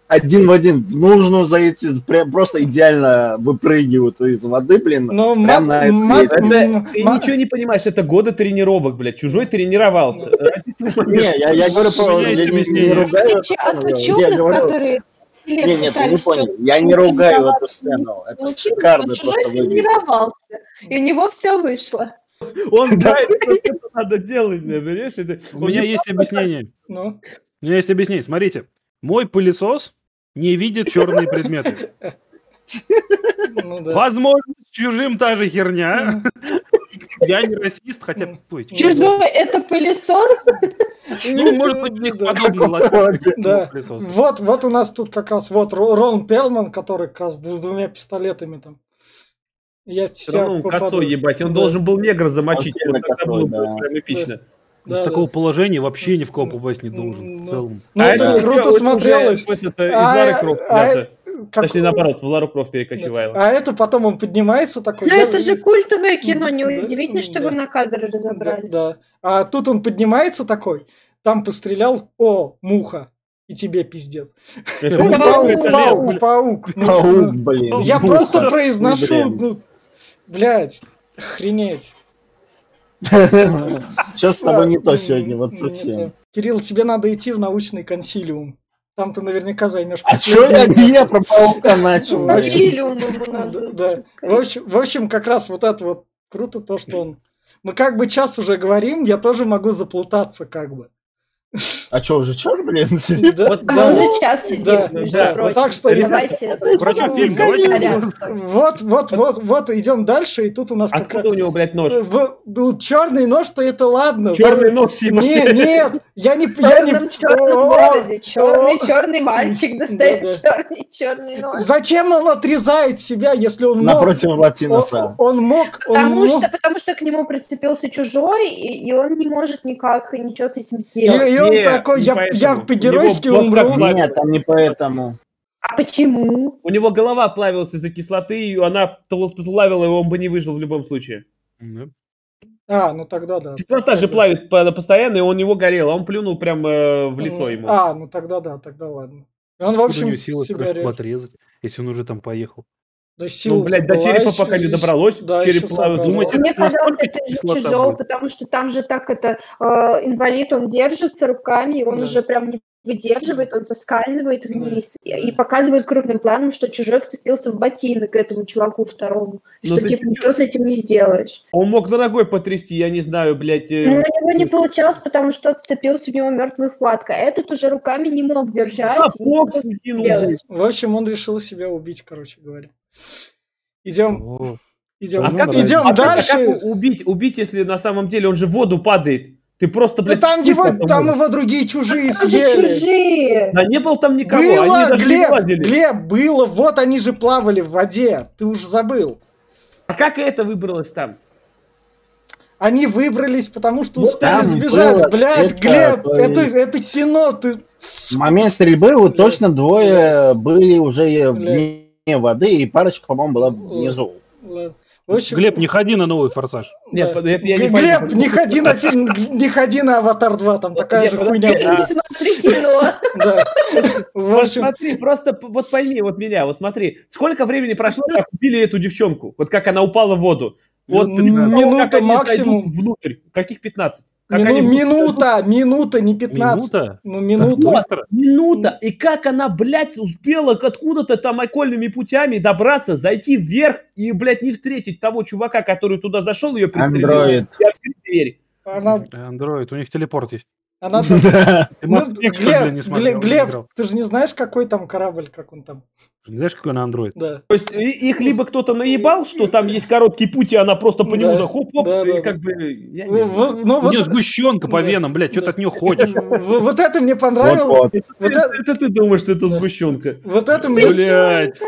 один в один в нужную зайти, прям просто идеально выпрыгивают из воды, блин. Но прям мат- на мат- это. м- Ты ма- ничего не понимаешь, это годы тренировок, блядь. Чужой тренировался. Ради твоего Не, я, я говорю У про... меня есть Я не, не объяснение. ругаю Отличие эту от сцену, я ученых, говорю... которые лет Не, нет, вы не пытались поняли. что-то Я не ругаю эту тренироваться, сцену. Это научились, шикарно но чужой просто выглядит. тренировался, и у него все вышло. Он знает, что это надо делать, блядь, понимаешь? Это- У он меня не есть объяснение. ну, У меня есть объяснение. Смотрите, мой пылесос не видит черные предметы. ну да. Возможно, с чужим та же херня. Я не расист, хотя... ой, Чужой это пылесос. Ну, может быть, у них Да. подобный логотип Да. пылесоса. Вот, вот у нас тут как раз вот Ро- Рон Перлман, который как раз с двумя пистолетами там. Я Все равно он попаду. косой, ебать. Он Да. должен был негра замочить. Он Вот сильно тогда косой, было бы да. прям эпично. Да, Из да. такого положения вообще ни в кого попасть не должен Ну, в целом. Ну, А это да. круто уже- смотрелось. уже вот это из А, Лары Крофт а, взято. как- Точнее, наоборот, в Лару Крофт перекочевала. А это потом он поднимается такой. Но я- это же культовое кино, Да, неудивительно, что да. вы на кадры Да, разобрали. да. А тут он поднимается такой, там пострелял, о, муха, и тебе пиздец. Это Ну, не паук, это лев, паук, блядь. паук. Ну, Паук, ну, блин. Я муха. просто произношу, Блин. ну, блядь, охренеть. Сейчас с тобой не А, то м, сегодня, вот не совсем. то. Кирилл, тебе надо идти в научный консилиум. Там ты наверняка займешь А что я последнее не место. про паука начал, Вообще. блин? Консилиум ему Да, надо. да. В общем, в общем, как раз вот это вот круто, то, что он... Мы как бы час уже говорим, я тоже могу заплутаться, как бы. А что, уже час, блин? Да, Вот, А да. мы уже час сидим, Да, между да. прочим. Так что, Давайте. Про что фильм? Конечно. Давайте. Вот, вот, вот, вот, идем дальше, и тут у нас как Откуда у него, блядь, нож? черный нож-то это ладно. Черный нож, ебать. Не, нет, я не... В Я не... черном черном О, городе. Черный о. черный мальчик достает Да, черный черный нож. Зачем он отрезает себя, если он мог? Напротив Он, Латиноса. он мог... Он Потому мог... что, потому что к нему прицепился чужой, и, и он не может никак ничего с этим И, сделать. и он Не, такой, не я, поэтому. я У по-геройски него мозг умру. как Нет, там не поэтому. А почему? У него голова плавилась из-за кислоты, и она плавила его, он бы не выжил в любом случае. Да. А, ну тогда да. Кислота же Тогда- плавит по- постоянно, и у него горел, а он плюнул прям э, в лицо ему. А, ну тогда да, тогда ладно. И он, в Откуда у общем, него силы себя столько реально... отрезать, если он уже там поехал? Да, сила Ну, блядь, до была черепа еще- пока не еще- добралось. Да, Череп еще плавает. собрала. Думаете, Мне это казалось, настолько это из-за кислота чужого, будет? потому что там же так это э, инвалид, он держится руками, и он Да. уже прям не выдерживает, он соскальзывает вниз и, и показывает крупным планом, что чужой вцепился в ботинок этому чуваку второму, Ну что ты типа чё? ничего с этим не сделаешь. Он мог ногой потрясти, я не знаю, блядь. э, Но у него не получалось, потому что вцепился в него мертвой хваткой, а этот уже руками не мог держать. и не Сапог мог скинул, сделать. блядь. В общем, он решил себя убить, короче говоря. Идем, О, идем, А как- идем А как- а дальше. как убить, убить, если на самом деле он же в воду падает? Ты просто, Да блядь, там вскрыть его, потом там можешь. его другие чужие Там же съели. чужие. Да не было там никого, они Было, даже не Глеб, лазили. Глеб, было, вот они же плавали в воде, ты уже забыл. А как это выбралось там? Они выбрались, потому что Вот успели там сбежать. было Блядь, это, Глеб, то это, есть- это кино, ты... В момент стрельбы вот Блядь. точно двое были уже Блядь. вне воды, и парочка, по-моему, была внизу. Ладно. В общем, Глеб, не ходи на новый форсаж. Нет, да. это я не Глеб, пойму. не ходи на фильм, не ходи на Аватар два, там такая Нет, же подожди, хуйня а- будет. Смотри кино. Да. В Вот общем, смотри, просто п- вот пойми, вот меня, вот смотри, сколько времени прошло, как убили эту девчонку, вот как она упала в воду. Вот М, пятнадцать, минута как они максимум. зайдут внутрь. Каких пятнадцать? Как мину- они внутрь минута, минута, не пятнадцать. Минута? Ну, Так минута. быстро? Минута. И как она, блядь, успела к откуда-то там окольными путями добраться, зайти вверх и, блядь, не встретить того чувака, который туда зашел, ее пристрелил. Андроид. И открыть дверь. Она, Андроид, у них телепорт есть. она... Да. Ты, Ну, может, Текст, что ли, Глеб, не смотрел, Глеб, не Глеб, играл? ты же не знаешь, какой там корабль, как он там. Не знаешь, какой на андроид? Да. То есть и- их либо кто-то наебал, что там есть короткий путь, и она просто по нему Да. да хоп-хоп, Да, и да, как бы... я не В- знаю. в- Ну, У вот, нее сгущенка по Да. венам, блядь, что ты Да. от нее хочешь? в- вот это мне понравилось. Вот-вот. Вот Это, это, это ты думаешь, что это Да. сгущенка? вот это мне... Блядь.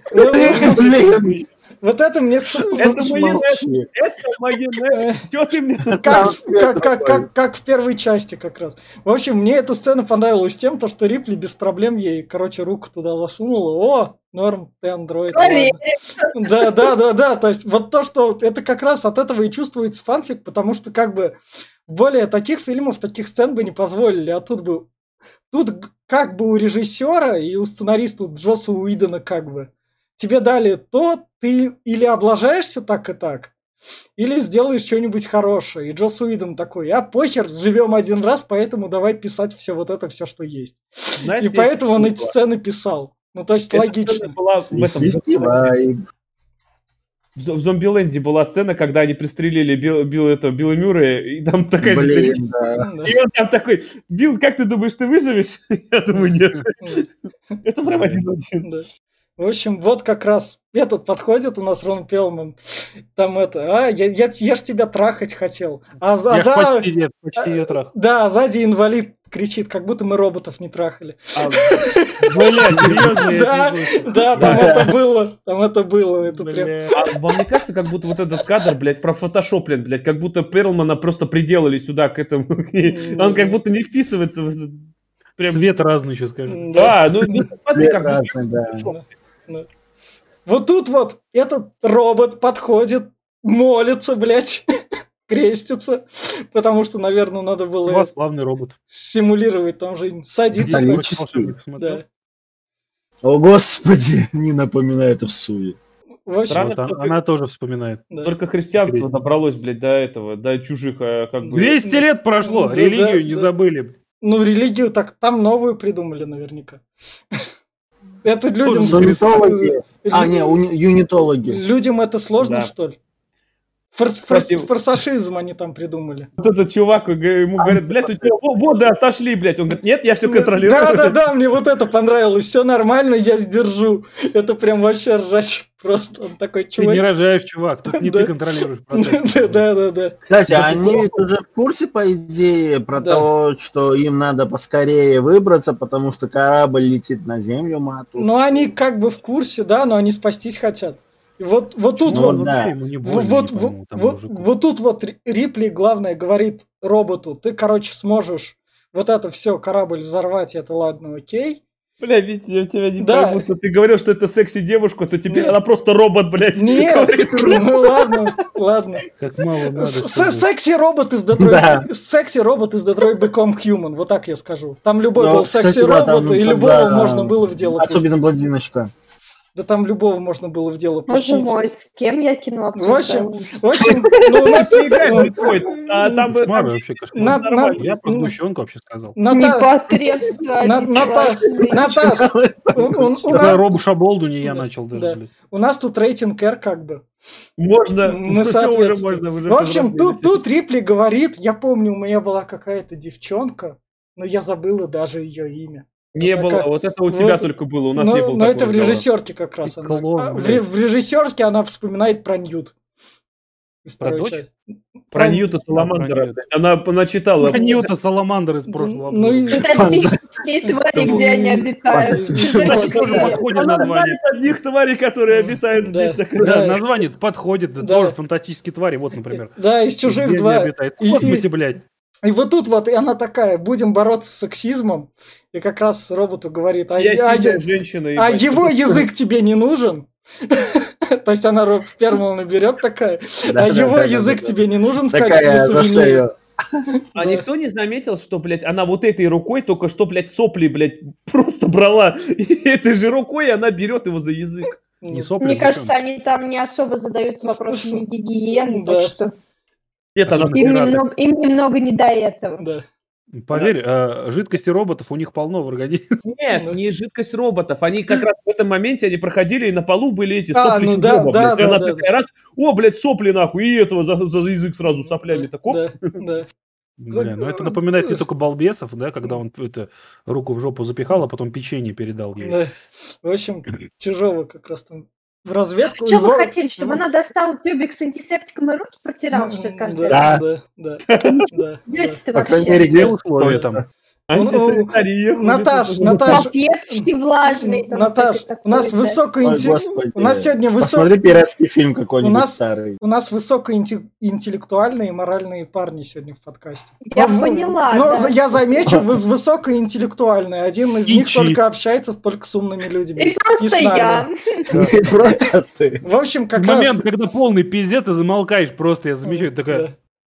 Блин, Вот это мне... с- Это майонез. молчи. Это майонез. Чё ты мне... Как, Там с- цвет как, как, такой. как, как в первой части как раз. В общем, мне эта сцена понравилась тем, то, что Рипли без проблем ей, короче, руку туда засунула. О, норм, ты андроид. Проверь. ладно. Да, да, да, да. То есть вот то, что это как раз от этого и чувствуется фанфик, потому что как бы более таких фильмов, таких сцен бы не позволили, а тут бы тут г- как бы у режиссера и у сценариста у Джосса Уидона как бы тебе дали то, ты или облажаешься так и так, или сделаешь что-нибудь хорошее. И Джосс Уидон такой, а похер, живем один раз, поэтому давай писать все вот это, все, что есть. Знаешь, И где это поэтому он эти было? сцены писал. Ну, то есть Эта сцена логично. была в этом. Виски вайб. В Зо- в Зомбиленде была сцена, когда они пристрелили Билл, Билл, это, Билла Мюррея, и там такая же Блин, дырочка. да. Да. И он там такой, Билл, как ты думаешь, ты выживешь? Я думаю, нет. Это прям один в один. Да. В общем, вот как раз этот подходит у нас Рон Пелман. Там это, а, я, я, я ж тебя трахать хотел. А за, Я ж за- почти нет, почти ее трах. да, сзади инвалид кричит, как будто мы роботов не трахали. А, Бля, серьезно? я Да, не слышал. да, там это было, там это было. Это прям... Бля. а вам не кажется, как будто вот этот кадр, блядь, профотошоплен, блядь, как будто Перлмана просто приделали сюда к этому. Он как будто не вписывается в этот- прям... Цвет разный еще скажем. Да. Да, ну не смотри, Цвет как будто разный, да. Photoshop. Да. Вот тут вот этот робот подходит, молится, блядь, крестится, потому что, наверное, надо было Православный робот. симулировать там жизнь, садиться. Католический. Волшебник посмотрел. Да. О, господи, не напоминай это в суе. В общем, Странно, Вот, что она, она тоже вспоминает. да. Только христианство Крестик. добралось, блядь, до этого, до чужих, а, как бы... двести лет прошло, Да, религию да, не да. забыли. Ну, религию так там новую придумали наверняка. Это людям... Тоже Сунитологи. А, не, уни- юнитологи. Людям это сложно, Да. что ли? Форс- Кстати, форс- Форсашизм они там придумали. Вот этот чувак, ему говорят, блядь, у тебя во- воды отошли, блядь. Он говорит, нет, я все контролирую. Да, да, да, мне вот это понравилось. Все нормально, я сдержу. Это прям вообще ржач. Просто он такой Ты не чувак. рожаешь, чувак, тут не Да. ты контролируешь процесс. Да, да, да, да. Кстати, они ведь уже в курсе, по идее, про Да. то, что им надо поскорее выбраться, потому что корабль летит на землю, матушка. Ну, они как бы в курсе, да, но они спастись хотят. И вот, вот тут Ну, вот, да. вообще ему не вот, больно, вот, не пойму, тому вот, мужику. вот тут вот Ри- Рипли, главное, говорит роботу, ты, короче, сможешь вот это все, корабль взорвать, это ладно, окей. Бля, Витя, я тебя не Да. пойму. То ты говорил, что это секси-девушка, то теперь Нет. она просто робот, блядь. Нет, ну ладно, ладно. Как мало надо. С- чтобы- Секси-робот из Detroit, Да. секси-робот из Detroit Become Human, вот так я скажу. Там любой Ну, был кстати, да, секси-робот, там, и да, любого да. можно было в дело Особенно пустить. блондиночка. Да там любого можно было в дело Боже пустить. мой, с кем я кино В общем, обсуждаю? Ужас. в общем, ну, у нас Ты играешь в Детройт, а там бы... Кошмар вообще, кошмар. На- нормально. на- Я про сгущенку вообще сказал. Ната- Непотребство. На- они Ната- сплошные. Наташ, у- у- у Когда нас- Робу Шаболду не я Да, начал даже, да. блядь. у нас тут рейтинг R как бы. Можно, Мы все уже соответствуем. можно. Уже В общем, повзрослели тут, все. тут Рипли говорит, я помню, у меня была какая-то девчонка, но я забыла даже ее имя. Не Вот было, такая- вот это у тебя вот- только было, у нас но, не было но это такого в разговора. режиссерке как раз. Ты Она. клоун, А, в, блядь. ре- в режиссерке она вспоминает про Ньют. Из Про второй дочь? части. Про Ньюта про Саламандра. Ньюта. Она начитала. Про Ньюта Саламандр из прошлого Ну и- обзора. Фантастические твари, где они обитают. Кстати, тоже Господи. подходит Она название. знает одних тварей, которые обитают Да. здесь. на Да, Да. название подходит, Да. тоже фантастические твари. Вот, например. Да, из Где чужих они два. обитают? В И- космосе, блядь. И вот тут вот и она такая, будем бороться с сексизмом. И как раз роботу говорит, а, Я а- сильная женщина. а ебать. его язык тебе не нужен? То есть она роб Перлмана берет такая, Да, а да, его да, да, язык да. тебе не нужен в качестве Такая за сувенира. шею. А Да. никто не заметил, что, блядь, она вот этой рукой только что, блядь, сопли, блядь, просто брала. И этой же рукой она берет его за язык. Не сопли, Мне а кажется, зачем? они там не особо задаются вопросами гигиены, Да. так что Нет, она... Особенно им пираты. немного, им немного не до этого. Да. Поверь, э, жидкости роботов у них полно в организме. Нет, не жидкость роботов. Они как раз в этом моменте они проходили, и на полу были эти А, сопли ну чужого, да, блядь. да, И да, она да, такая раз, о, блядь, сопли нахуй, и этого за, за язык сразу соплями. Так, оп. Да, да. Бля, ну это напоминает не только балбесов, да, когда он это, руку в жопу запихал, а потом печенье передал ей. Да. В общем, чужого как раз там в разведку. Что вы его- хотели, чтобы она достала тюбик с антисептиком и руки протирала, что ли, каждый Да, раз? да, да, да, да. Блядь, ты По крайней вообще. мере, где Условия там. Антисанитария. Ну, Наташ, Наташ, Салфеточки влажные. там Наташ, всякое у нас такое, да. высокий Ой, интеллект. господи. У нас сегодня высокий. Посмотри пиратский фильм У какой-нибудь нас- старый. У нас высокоинтеллектуальные и моральные парни сегодня в подкасте. Я Но- поняла, Но да. за- я замечу, вы высокоинтеллектуальные. Один из них Ичит. только общается только с умными людьми. И просто с нами. я. Не просто ты. В общем, как В раз... момент, когда полный пиздец, ты замолкаешь просто, я замечаю, такая, Да.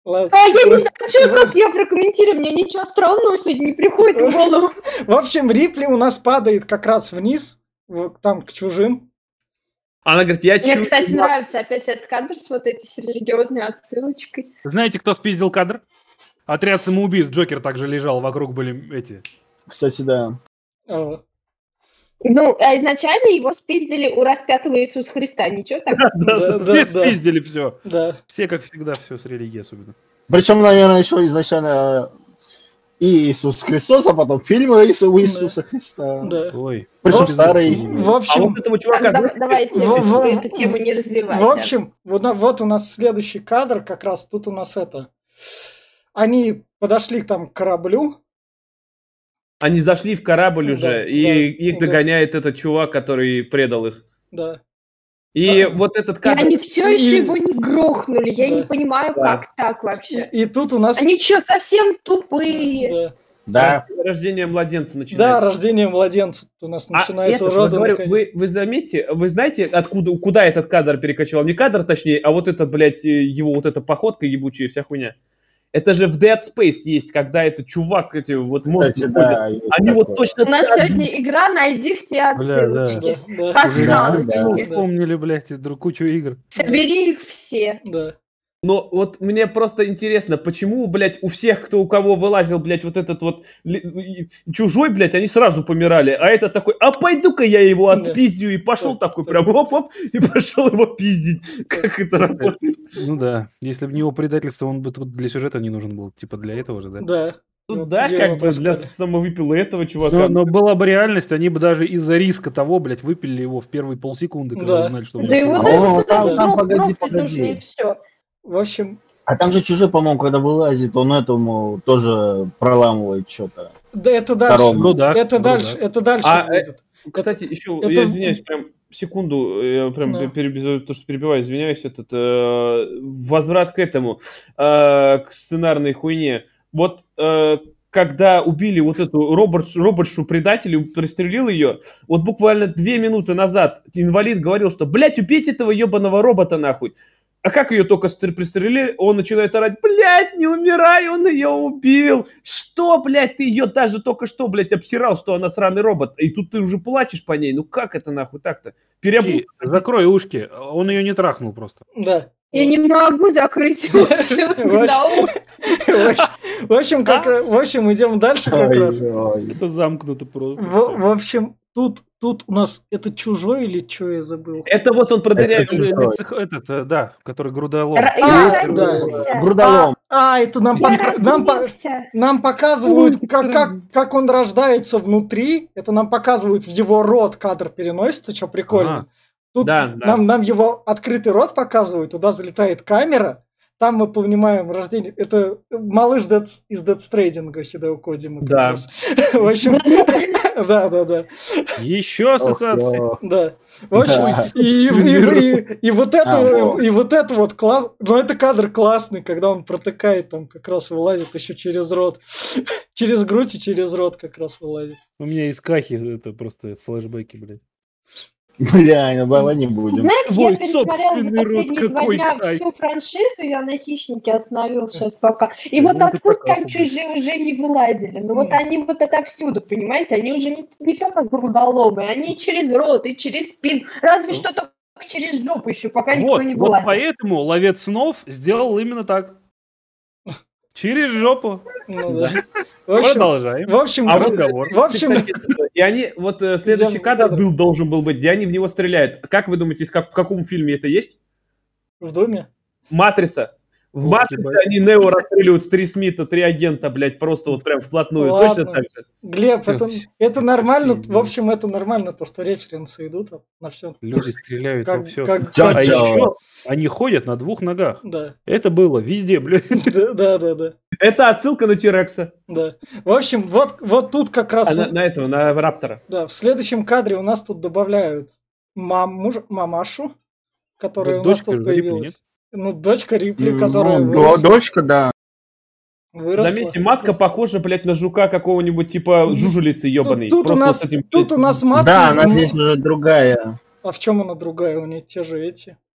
Ладно. А я не знаю, что, как я прокомментирую, мне ничего странного сегодня не приходит в голову. В общем, Рипли у нас падает как раз вниз, в- там к чужим. Она говорит, я Мне, чую... кстати, нравится опять этот кадр с вот этой с религиозной отсылочкой. Знаете, кто спиздил кадр? Отряд самоубийц. Джокер также лежал, вокруг были эти... Кстати, да. А, Ну, а изначально его спиздили у распятого Иисуса Христа, ничего так? Да, Да, да, да, все да. спиздили все. Да. Все, как всегда, все с религией особенно. Причем, наверное, еще изначально и Иисус Христос, а потом фильмы Иису- у Иисуса Христа. Да. Ой. Причем Вот. старые. В А общем, вот этого Так, чувака... дав- давайте в- в- эту тему не развивать. в да. общем, вот, на- вот у нас следующий кадр, как раз тут у нас это. Они подошли там к кораблю. Они зашли в корабль Да, уже, да, и их да. догоняет этот чувак, который предал их. Да. И Да. вот этот И кадр... они все еще И- его не грохнули. Я Да. не понимаю, Да. как так вообще. И тут у нас... Они что, совсем тупые? Да. Да. Рождение младенца Да, начинается. рождение младенца у нас А начинается это, роды. вот говорю, наконец. вы, вы заметите, вы знаете, откуда, куда этот кадр перекочевал? Не кадр, точнее, а вот это, блядь, его вот эта походка ебучая, вся хуйня. Это же в Dead Space есть, когда этот чувак, эти вот мозги Кстати, ходят. да. есть Они такое. вот точно... У нас так же. сегодня игра «Найди все Бля, да. отсылочки». Да, да, Пасхалочки. Да, да. Вспомнили, блядь, друг кучу игр. Собери их все. да. Но вот мне просто интересно, почему, блядь, у всех, кто у кого вылазил, блядь, вот этот вот ли- чужой, блядь, они сразу помирали, а этот такой, а пойду-ка я его Да. отпиздю, и пошел Да, такой да. прям оп-оп, и пошел его пиздить. Как это работает? Ну да. Если бы не его предательство, он бы тут для сюжета не нужен был. Типа для этого же, да? Да. Ну Вот да, его как бы для таскали. самовыпила этого чувака. Но, но была бы реальность, они бы даже из-за риска того, блядь, выпилили его в первые полсекунды, когда Да. узнали, что у Да него его О, чужой. даже там- туда там грох- погоди, грохнуть погоди. нужно, и все. В общем, А там же чужой, по-моему, когда вылазит, он этому тоже проламывает что-то. да это дальше. Второму. Ну да. Это ну дальше, да. это дальше А, э, будет. Кстати, еще, это- я извиняюсь, прям секунду, я прям Да. перебиваю, то, что перебиваю, извиняюсь, этот э, возврат к этому, э, к сценарной хуйне. Вот э, когда убили вот эту робот, роботшу-предателя, пристрелил ее, вот буквально две минуты назад инвалид говорил, что, блядь, убейте этого ебаного робота нахуй. А как ее только стр- пристрелили, он начинает орать, блядь, не умирай, он ее убил. Что, блядь, ты ее даже только что, блядь, обсирал, что она сраный робот. И тут ты уже плачешь по ней. Ну как это нахуй так-то? Переобул... Чи, закрой ушки. Он ее не трахнул просто. Да. Я не могу закрыть уши. Вот. Да, ух. В общем- В общем, как, раз- в общем, идем дальше как Ой, раз. ой. Это замкнуто просто. В, всё. в общем, тут, тут у нас это чужой или что я забыл? Это вот он продыряет... Это Э, чужой. цех- Этот, э, да, который грудолом. Ра- А, я да. родился. Грудолом. А, это нам, Я пока- нам, по- родился. нам показывают, Ой, как, как, странно. как он рождается внутри. Это нам показывают в его рот, кадр переносится, что прикольно. Ага. Тут Да, да. Нам, нам его открытый рот показывают, туда залетает камера. Там мы понимаем рождение. Это малыш Dead- из Dead Stranding, Хидео Коджима. как Да. раз. В общем, да, да, да. Еще ассоциации. Ох, Да. В общем, Да. и, и- и- и- и вот это, А, вот. и вот это вот класс, ну это кадр классный, когда он протыкает, там как раз вылазит еще через рот, через грудь и через рот как раз вылазит. У меня из Кахи это просто флешбеки, блядь. Бля, ну давай не будем. Знаете, Твой я пересмотрела за собственный рот, последние два какой дня кайф. всю франшизу, я на «Хищнике» остановилась сейчас пока. И Ну, вот ты откуда права, там да. чужие уже не вылазили. Ну вот они вот это всюду, понимаете? Они уже не, не как грудоломы, они и через рот, и через спину. Разве что только через жопу еще, пока никто Вот, не вот вылазит. поэтому ловец снов сделал именно так. Через жопу. Ну да. В общем, Продолжаем. в общем, А вот, разговор. в общем, Кстати, и они, вот э, следующий Идем кадр кадр. был, должен был быть, где они в него стреляют. Как вы думаете, как, в каком фильме это есть? в доме. «Матрица». В Ох, «Матрице» ебать. они Нео расстреливают с три Смита, три агента, блядь, просто вот прям вплотную. Ладно. Точно так же? Глеб, это, Всё, это нормально, пиздец. в общем, это нормально, то, что референсы идут на все. Люди стреляют во Как, все. как- Чё, А как- чё? еще они ходят на двух ногах. Да, Это было везде, блядь. да, да, да, да, Это отсылка на Тирекса. да. В общем, вот, вот тут как раз, А на, на этого, на Раптора. да, в следующем кадре у нас тут добавляют маму, мамашу, которая Вот у нас дочка тут же Рипли, появилась. нет? Ну, дочка Рипли, Ну, которая до- выросла. дочка, да. выросла. Заметьте, матка похожа, блядь, на жука какого-нибудь типа жужелицы ебаный. Тут, тут у нас, с этим, тут у нас матка. Да, она ну, здесь уже другая. А в чем она другая? У нее те же эти.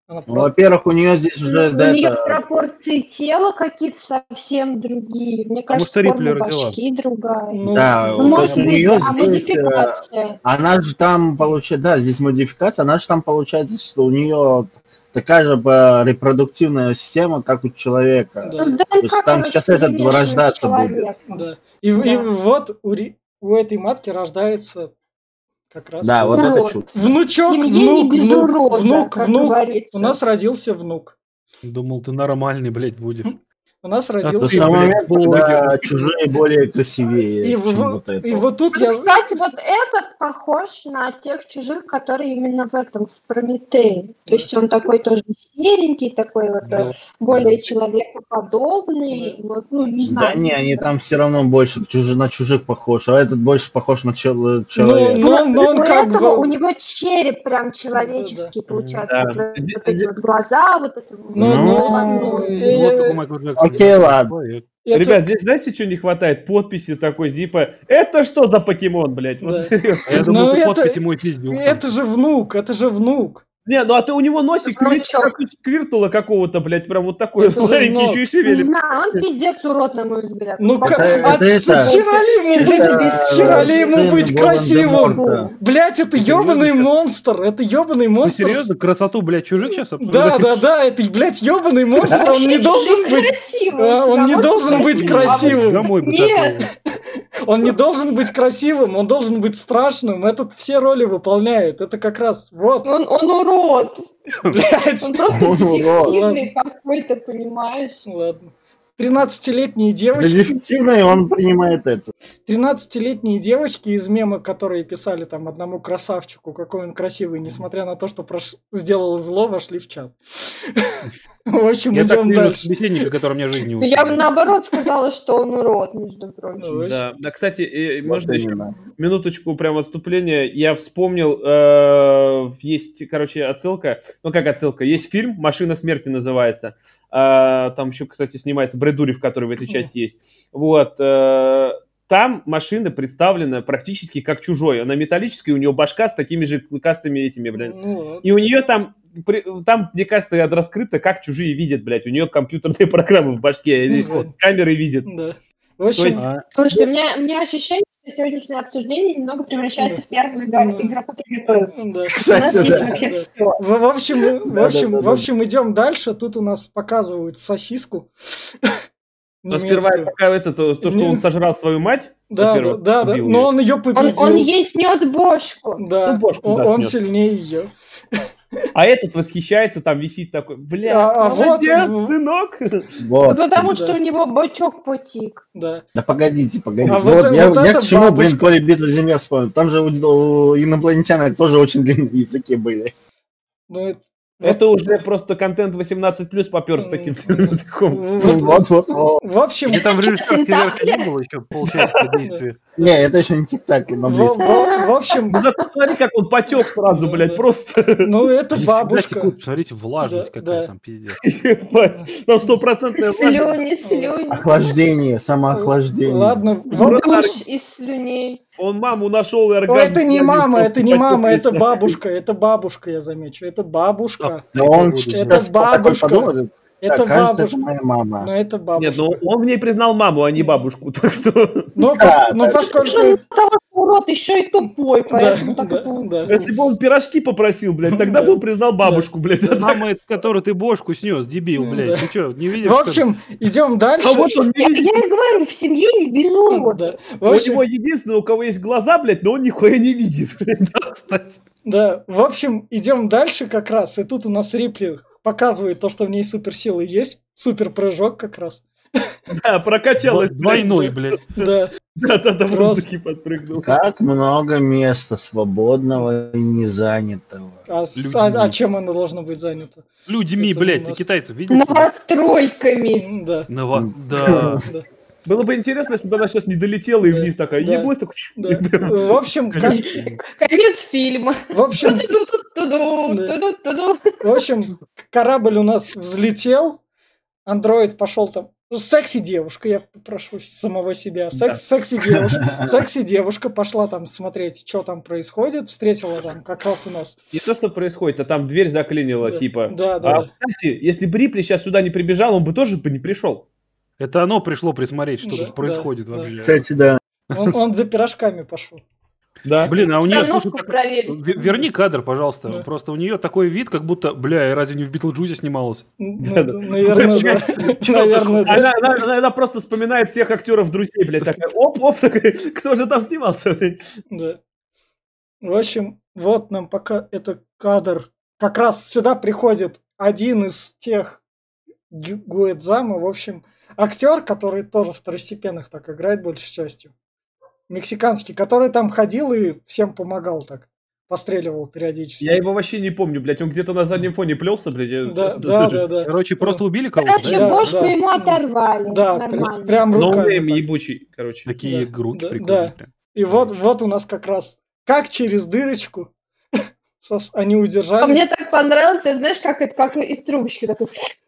Она Ну, просто... во-первых, у нее здесь Ну, уже у да, нее это... пропорции тела какие-то совсем другие. Мне Потому кажется, что Рипли форма родила. башки другая. Ну, Да, Ну, то есть может у быть, нее да, здесь... э, модификация. Она же там получает... Да, здесь модификация. Она же там получается, что у нее такая же э, репродуктивная система, как у человека. да, Ну, То есть ДНК, там короче, сейчас этот перемешана с вырождаться будет. человеком. да. И, и Да. вот у, Ри- у этой матки рождается как раз Да, вот это Урод. чудо. внучок, В семье не внук, без внук, урода, внук, как внук. У говорится. нас родился внук. Думал, ты нормальный, блядь, будешь. У нас А До родился ты, того блядь, момента, блогер. когда чужие более И, красивее, в- чем в- вот и это. вот тут Ну, я... кстати, вот этот похож на тех чужих, которые именно в этом, в Прометее. То Да. есть он такой тоже серенький, такой вот Да э, ладно. более человекоподобный. Вот, ну, не Да знаю. не, они там все равно больше чужи- на чужих похож, а этот больше похож на чел- Ну, человека. но, но он У как этого у бы... него череп прям Да, человеческий М, получается. Да. Вот, э, Здесь- вот эти здесь- вот глаза, вот это вот Ну, Ну, одно. э, Голос как у Майкла Джексона. Окей, ладно. Человек. это- Ребят, здесь знаете, что не хватает? Подписи такой, типа, это что за покемон, блядь? Вот Да. серьезно. А я Ну, думал, ты это- подписи мой пиздюк. Это же внук, это же внук. Не, ну а ты у него носик, Внучок. как у Сквиртла какого-то, блядь, прям вот такой Это же маленький, ног. еще и Не шевелит. знаю, он пиздец урод, на мой взгляд. Ну, Он как... похож это- а это с- это- хера ли ему Чужой быть, без хера ли ему сын быть красивым? Волан-де-Морта. Блять, это серьезно ебаный сейчас? монстр, это ебаный Вы монстр. серьезно красоту, блядь, чужих сейчас Да, обсуждаете? да, да, это, блядь, ебаный монстр, он Вообще не должен чужой быть... красивый, а, у он тебя не вот должен быть красивый, а вот красивым. Домой бы Нет. такого. Он не должен быть красивым, он должен быть страшным. Этот все роли выполняет. Это как раз вот, Он, он урод. блядь. Он просто Он урод. дефективный какой-то, понимаешь? Ладно. тринадцатилетние Это девочки, дефективно, и он принимает это. тринадцатилетние девочки из мема, которые писали там одному красавчику, какой он красивый, несмотря на то, что прош- сделал зло, вошли в чат. В общем, Я так идем вижу дальше. собеседника, который меня жизнь не Ну, я бы учил. наоборот сказала, что он урод, между прочим. Давай. Да, да, кстати, э, Вот можно еще именно. минуточку прям отступления. Я вспомнил, э, есть, короче, отсылка. Ну, как отсылка? Есть фильм «Машина смерти» называется. Э, там еще, кстати, снимается Брэд Дуриф, который в этой части есть. Вот. э, Там машина представлена практически как чужой. Она металлическая, у нее башка с такими же клыкастыми этими, блин. Ну, ладно. И у нее там, при- там, мне кажется, раскрыто, как чужие видят, блядь. У нее компьютерные программы в башке, Ну и да. камеры видят. Да. В То есть- общем, А, Потому что у меня, у меня ощущение, что сегодняшнее обсуждение немного превращается в первую игра- Ну. игроку приготовиться. да. У нас Кстати, есть да. вообще да. все. В, в общем, мы- в Да, общем, да, да, в да. общем, идем дальше. Тут у нас показывают сосиску. Но сперва немецкую. пока это, то, то, что Не- он сожрал свою мать, Да, да, во-первых, да, да. убил Но её. он ее Он, победил. он ей снес бошку. Да, Ну, бошку, он, да, он снес. сильнее ее. А этот восхищается, там висит такой, бля, А- а вот, молодец, ну, сынок. Вот. Потому Да. что у него бочок потек. Да. Да погодите, погодите. А вот вот- я, вот я это к чему, бабушка. блин, Коля Битва Земля вспомнил. Там же у, у инопланетянок тоже очень длинные языки были. Ну, это- Это уже просто контент восемнадцать плюс попер с таким М, языком. вот- Вот, вот, вот. В общем, Или там в режиссерской Тентакли? версии не было еще полчасика действия. Не, это еще не тик-так, но в, близко. в- в общем, Ну зато смотри, как он потек сразу, Да, блядь, да. просто. ну это Они всегда бабушка. текут, посмотрите, влажность Да, какая да. там, пиздец. Ебать, Там стопроцентная власть. Слюни, слюни. Охлаждение, самоохлаждение. Ладно, в- Душ из слюней. Он маму нашел и О, оргазм. это не словил, мама, просто это не потек мама, весь это нахуй. бабушка, это бабушка, я замечу, это бабушка, Но он Это сейчас бабушка. такой подумал, это так, кажется, это бабушка, моя мама. но это Нет, бабушка. ну он в ней признал маму, а не бабушку. Так что, Но, Да, пос- но да, поскольку... Что того, что урод еще и тупой, Да, поэтому так и да, получилось. да. если бы он пирожки попросил, блядь, тогда бы он признал бабушку, блядь. А так- Мама, это которую ты бошку снес, дебил, блядь. Ты что, не видишь? В что ли? общем, идем дальше. А вот он Я, не видит. я и говорю, в семье не без урода. Да. В У общем, него единственное, у кого есть глаза, блядь, но он нихуя не видит. Да, кстати. да, в общем, идем дальше как раз. И тут у нас Рипли показывает то, что в ней суперсилы есть. Суперпрыжок как раз. Да, прокачалась. Дво- Двойной, блядь. Да. Да-да-да, в Просто. воздухе подпрыгнул. Как много места свободного и незанятого. А, с- Людьми. а- а чем она должна быть занята? Людьми, Это блядь, у ты нас- китайцев видел? Новостройками. М, Да. Нова- Да. Да. Было бы интересно, если бы она сейчас не долетела и Да, вниз такая, да. ебось, такой... Да. В общем, как- Конец фильма. в общем, Ту-ду-ту-ду, Да. ту-ду-ту-ду. в общем, корабль у нас взлетел, андроид пошел там Секси-девушка, я попрошу самого себя. Да. Секс, секси-девушка. Секси-девушка пошла там смотреть, что там происходит. Встретила там как раз у нас. Не то, что происходит, а там дверь заклинила, Да, типа. да, А, да. кстати, если бы Рипли сейчас сюда не прибежал, он бы тоже бы не пришел. Это оно пришло присмотреть, что Да, тут происходит да, да. вообще. Кстати, да. Он, он за пирожками пошел. Да. Блин, а у нее, слушай, Обстановку так- проверить. ве- верни кадр, пожалуйста. Да. Просто у нее такой вид, как будто, бля, я разве не в Битлджузе снималась? Ну, Да, да. наверное, да. Наверное, Она, да. она- она- она просто вспоминает всех актеров друзей, блядь, такая, оп-оп, такая, кто же там снимался? Да. В общем, вот нам пока это кадр. Как раз сюда приходит один из тех Гю- Гуэдзама, в общем, актер, который тоже второстепенных так играет большей частью. Мексиканский, который там ходил и всем помогал так. Постреливал периодически. Я его вообще не помню, блядь, он где-то на заднем фоне плелся, блядь. я Да, честно да, скажу. да, да. Короче, просто убили кого-то, Короче, да? Да, бошку да. ему оторвали. Да, Нормально. пр- прям руками. Ноунейм так. ебучий, короче. Такие Да, руки да, прикольные. да. прям. И вот, вот у нас как раз, как через дырочку сос- они А удержались. мне так понравилось, это, знаешь, как это, как из трубочки такой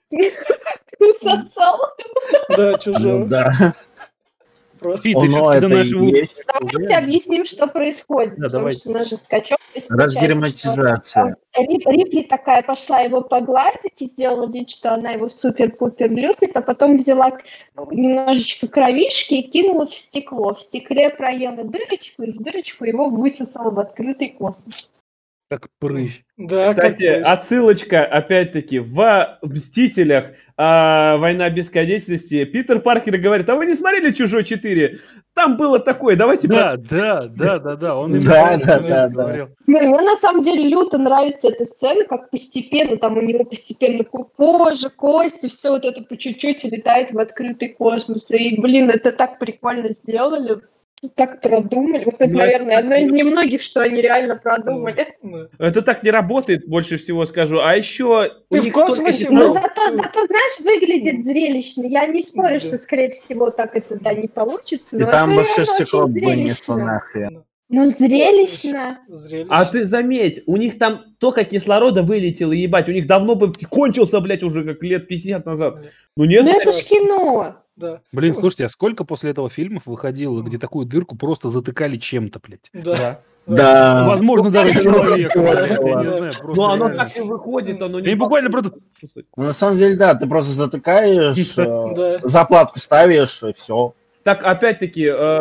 сосал. Да, Ну чужого. да. Просто. Фи, ты Оно всё-таки до это и нашего есть. Давайте объясним, что происходит, Да, потому давайте. что у нас же скачок. То есть получается, что, Разгерметизация. а, Рип- Рипли такая пошла его погладить и сделала вид, что она его супер-пупер любит, а потом взяла к- немножечко кровишки и кинула в стекло. В стекле проела дырочку, и в дырочку его высосала в открытый космос. Как прыщ. Да, Кстати, как бы. отсылочка, опять-таки, в «Мстителях. а, Война бесконечности». Питер Паркер говорит, а вы не смотрели «Чужой четыре»? Там было такое, давайте... Да, да, да, да, да. Он именно Да, об да, этом да, говорил. Ну, мне на самом деле люто нравится эта сцена, как постепенно, там у него постепенно ко- кожа, кости, все вот это по чуть-чуть летает в открытый космос. И, блин, это так прикольно сделали, так продумали. Вот это, Ну, наверное, одно из немногих, что они реально продумали. Да. Это так не работает, больше всего скажу. А еще... Ты у в них столько космосе деталей. Но был? зато, зато, знаешь, выглядит зрелищно. Я не спорю, Да. что, скорее всего, так это, да, не получится. И Но там это вообще реально стекло очень вынесло зрелищно. нахрен. Ну, зрелищно. Зрелище. А ты заметь, у них там только кислорода вылетело, ебать, у них давно бы кончился, блядь, уже как лет пятьдесят назад. Ну нет, Ну, блядь. это ж кино. Да. Блин, слушайте, а сколько после этого фильмов выходило, где такую дырку просто затыкали чем-то, блядь? Да. Да. Возможно, даже Ну, человека, ладно, блядь, я не ладно. знаю. просто Ну оно реально. так и выходит, оно не... Они буквально просто... Ну, на самом деле, да, ты просто затыкаешь, э, Да. заплатку ставишь, и все. Так, опять-таки,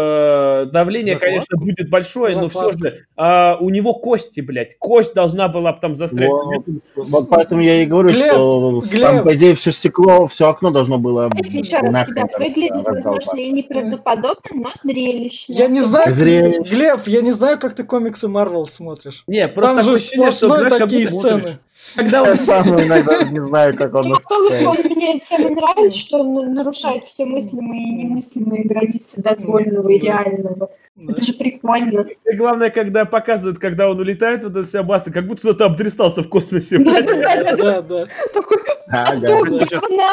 э, давление, Закладку? конечно, будет большое, но все Закладку. же э, у него кости, блядь, кость должна была бы там застрять. Вот, вот поэтому я и говорю, Глеб, что с- Глеб. там, по идее, все стекло, все окно должно было Знаете, еще раз, нахрен ребят, там выглядит, возможно, раздолбать. и неправдоподобно, но зрелищно. Я не знаю, Зрелище. Глеб, я не знаю, как ты комиксы Марвел смотришь. Не, просто Там такое же ощущение, что, сплошной знаешь, как такие будто сцены. смотришь, когда он... Я сам иногда не знаю, как он их Во-первых, читает. он мне тем и нравится, что он нарушает все мыслимые и немыслимые границы дозволенного и реального. Да. Это же прикольно. И главное, когда показывают, когда он улетает, вот эта вся масса, как будто кто-то обдристался в космосе. блядь. Да, да. Такой, Ага. «Ох, Сейчас- говна!»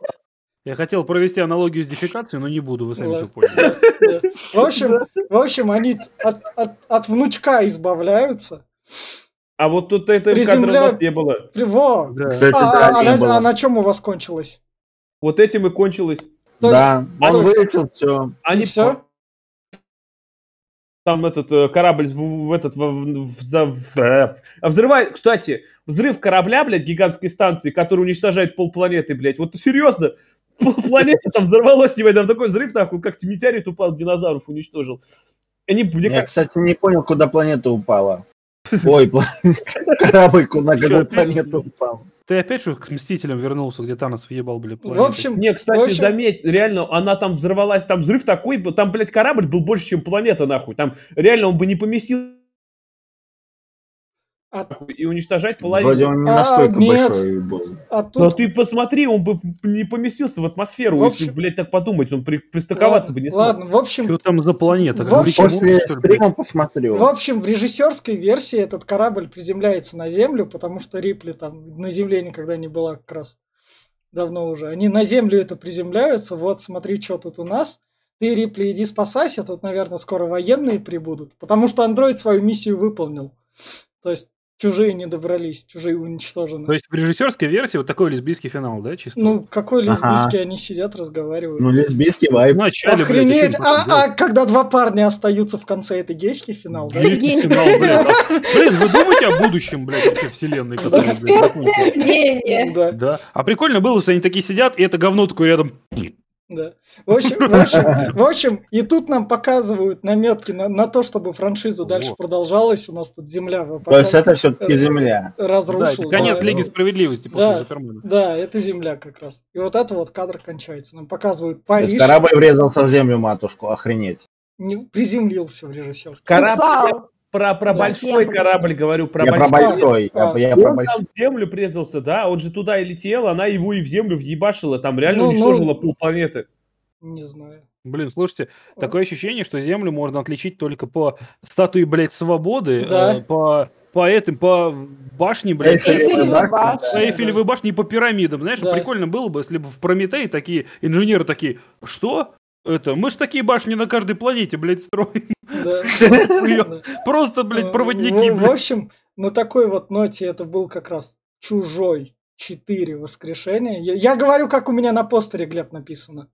Я хотел провести аналогию с дефекацией, но не буду, вы сами Ладно. все поняли. Да. В общем, в общем, они от, от, от внучка избавляются. А вот тут этого кадра у нас Приземляют. не было. При- Во. Да. Кстати, А, да, а не на, было. а на чем у вас кончилось? Вот этим и кончилось. То Да, то он есть- вылетел, все. Они все? там этот э, корабль в, в этот в, в- в- за- в- э, взрывает. Кстати, взрыв корабля, блядь, гигантской станции, который уничтожает полпланеты, блядь. Вот серьезно, полпланеты там взорвалось, ебать, там такой взрыв, нахуй, как метеорит упал, динозавров уничтожил. Они, блядь, Я, как... кстати, не понял, куда планета упала. Ой, пла- корабль на какую Чё, ты- планету упал. Ты опять что к Мстителям вернулся, где Танос въебал, блядь, В планетой? общем, Не, кстати, в общем- заметь, реально, она там взорвалась, там взрыв такой, был, там, блядь, корабль был больше, чем планета, нахуй. Там реально он бы не поместил а, нахуй, и уничтожать половину. Вроде он не А, настолько нет. большой был. а Но тут... ты посмотри, он бы не поместился в атмосферу, В если, общем- блядь, так подумать, он при- пристыковаться ладно, бы не смог. ладно, в общем, Что там за планета? В Как общем- Рик и После Морти, что ли, блядь? стрима посмотрю. В общем, в режиссерской версии этот корабль приземляется на Землю, потому что Рипли там на Земле никогда не была как раз давно уже. Они на Землю это приземляются, вот смотри, что тут у нас. Ты, Рипли, иди спасайся, тут, наверное, скоро военные прибудут, потому что андроид свою миссию выполнил. То есть Чужие не добрались, чужие уничтожены. То есть в режиссерской версии вот такой лесбийский финал, да, чисто? Ну, какой лесбийский, Ага. они сидят, разговаривают. Ну, лесбийский вайб. Вначале, блядь, Охренеть! зачем потом А, делать? а когда два парня остаются в конце, это гейский финал, да? Гейский Гей. финал, блядь. а- Блин, вы думаете о будущем, блядь, вообще вселенной, которая, блядь, закончилась? Не-не. Да, Да. А прикольно было, что они такие сидят, и это говно такое рядом. да. В общем, в общем, в общем, и тут нам показывают наметки на, на то, чтобы франшиза дальше Во. продолжалась. У нас тут земля То есть пока это все-таки земля. Да, это разрушила. конец Да, Лиги Справедливости после Да. Супермена. да, это земля как раз. И вот это вот кадр кончается. Нам показывают То есть Париж, корабль врезался в землю, матушку, охренеть. не приземлился в режиссер. Корабль, я Упал. про, про Да. большой Землю. корабль говорю, про Я про большой. большой, я, А. я И про он большой. там в землю презался, да, он же туда и летел, она его и в землю въебашила, там реально Ну, уничтожила ну. полпланеты. Не знаю. Блин, слушайте, А? такое ощущение, что Землю можно отличить только по статуе, блядь, свободы, Да. э, по, по этим, по башне, блядь, Эйфелевая Эйфелевая башня, башня. по Эйфелевой башне и по пирамидам. Знаешь, Да. прикольно было бы, если бы в Прометее такие инженеры такие, что? Это, мы ж такие башни на каждой планете, блядь, строим. Да. Хуё. Да. Просто, блядь, Э, проводники, в, в блядь. общем, на такой вот ноте это был как раз «Чужой четыре. Воскрешение». Я, я говорю, как у меня на постере, Глеб, написано.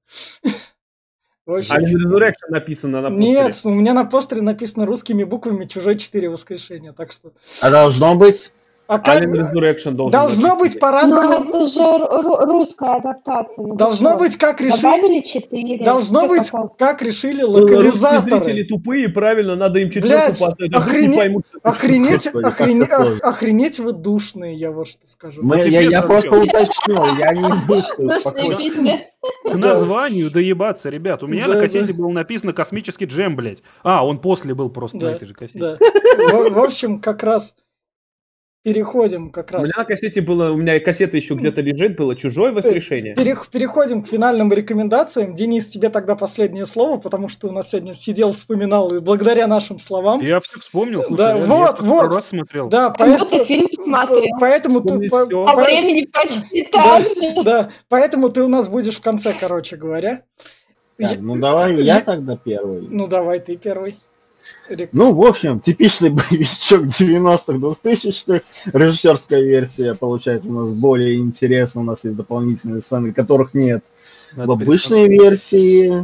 В общем, Alien Resurrection написано на постере. нет, у меня на постере написано русскими буквами «Чужой четыре. Воскрешение». Так что... А должно быть? А как... Alien Resurrection должен Должно быть. быть по-разному. Ну, это же ру- русская адаптация. Ну, вы Должно чё? быть, как решили... Добавили четыре. Должно Чё быть, такого? как решили Ну, Русские локализаторы. зрители тупые, правильно, надо им четверку Блядь, поставить, а вдруг не охрене- поймут, что это Охренеть, Господи, как охрене- всё сложно. охренеть вы душные, я вот что скажу. Мы, тебе я, я сообщил. просто уточнил, я не слушаю, Слушай, спокойно. пиздец. К названию доебаться, ребят. У меня Да, на кассете да. было написано «Космический джем», блядь. А, он после был просто на Да, этой же кассете. да. В, в общем, как раз переходим как У раз. меня на кассете было, у меня кассета еще где-то лежит, было «Чужое воскрешение». Перех- переходим к финальным рекомендациям. Денис, тебе тогда последнее слово, потому что ты у нас сегодня сидел, вспоминал, и благодаря нашим словам. Я все вспомнил, слушай, Да, реально, вот, я пару вот. раз смотрел. Да, Как будто поэтому, фильм посмотрел. поэтому ты, Вспомнить по- всё. По по- времени почти да, так же. да, поэтому ты у нас будешь в конце, короче говоря. Так, Я- ну давай я тогда первый. Ну давай ты первый. Рек- Ну, в общем, типичный боевичок девяностых, двухтысячных. Режиссерская версия получается у нас более интересна. У нас есть дополнительные сцены, которых нет Надо в обычной пересмотреть. версии.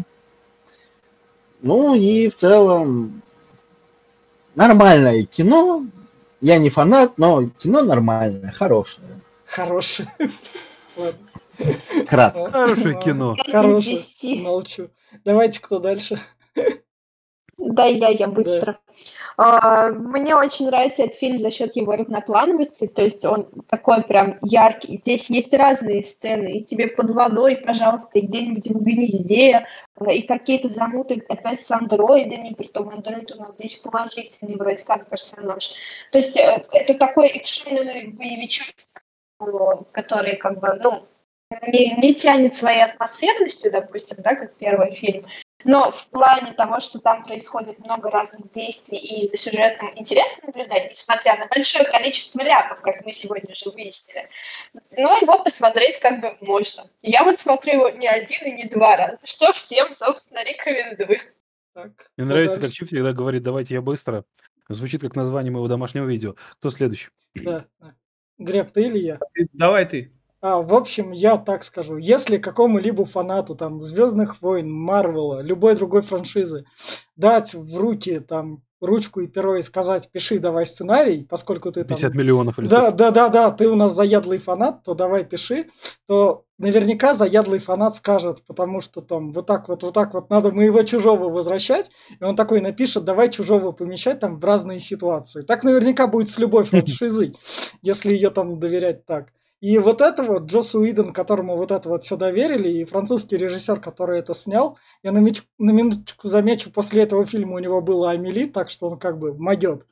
Ну и в целом нормальное кино. Я не фанат, но кино нормальное, хорошее. Хороший. Ладно. Кратко. Хорошее Ладно. кино. Пять из Хороший. десяти. Молчу. Давайте, кто дальше? Да, я, я быстро. А, Мне очень нравится этот фильм за счет его разноплановости, то есть он такой прям яркий. Здесь есть разные сцены, и тебе под водой, пожалуйста, и где-нибудь в гнезде, а, и какие-то замуты опять с андроидами, притом андроид у нас здесь положительный вроде как персонаж. То есть э, это такой экшенный боевичок, э, который как бы, ну, не, не тянет своей атмосферностью, допустим, да, как первый фильм, но в плане того, что там происходит много разных действий и за сюжетом интересно наблюдать, несмотря на большое количество ляпов, как мы сегодня уже выяснили, но его посмотреть как бы можно. Я вот смотрю его не один и не два раза, что всем, собственно, рекомендую. Так, Мне кто нравится, как дальше? Чип всегда говорит, давайте я быстро. Звучит как название моего домашнего видео. Кто следующий? Да. да. Глеб, ты или я? Ты- Давай ты. А, в общем, я так скажу. Если какому-либо фанату там «Звездных войн», Марвела, любой другой франшизы дать в руки там ручку и перо и сказать «пиши, давай сценарий», поскольку ты там... пятьдесят миллионов или Да, сколько? да, да, да, ты у нас заядлый фанат, то давай пиши, то наверняка заядлый фанат скажет, потому что там вот так вот, вот так вот надо моего чужого возвращать, и он такой напишет, давай чужого помещать там в разные ситуации. Так наверняка будет с любой франшизой, если ее там доверять так. И вот это вот Джосс Уидон, которому вот это вот все доверили, и французский режиссер, который это снял, я на, меч- на минуточку замечу, после этого фильма у него было Амели, так что он как бы могет.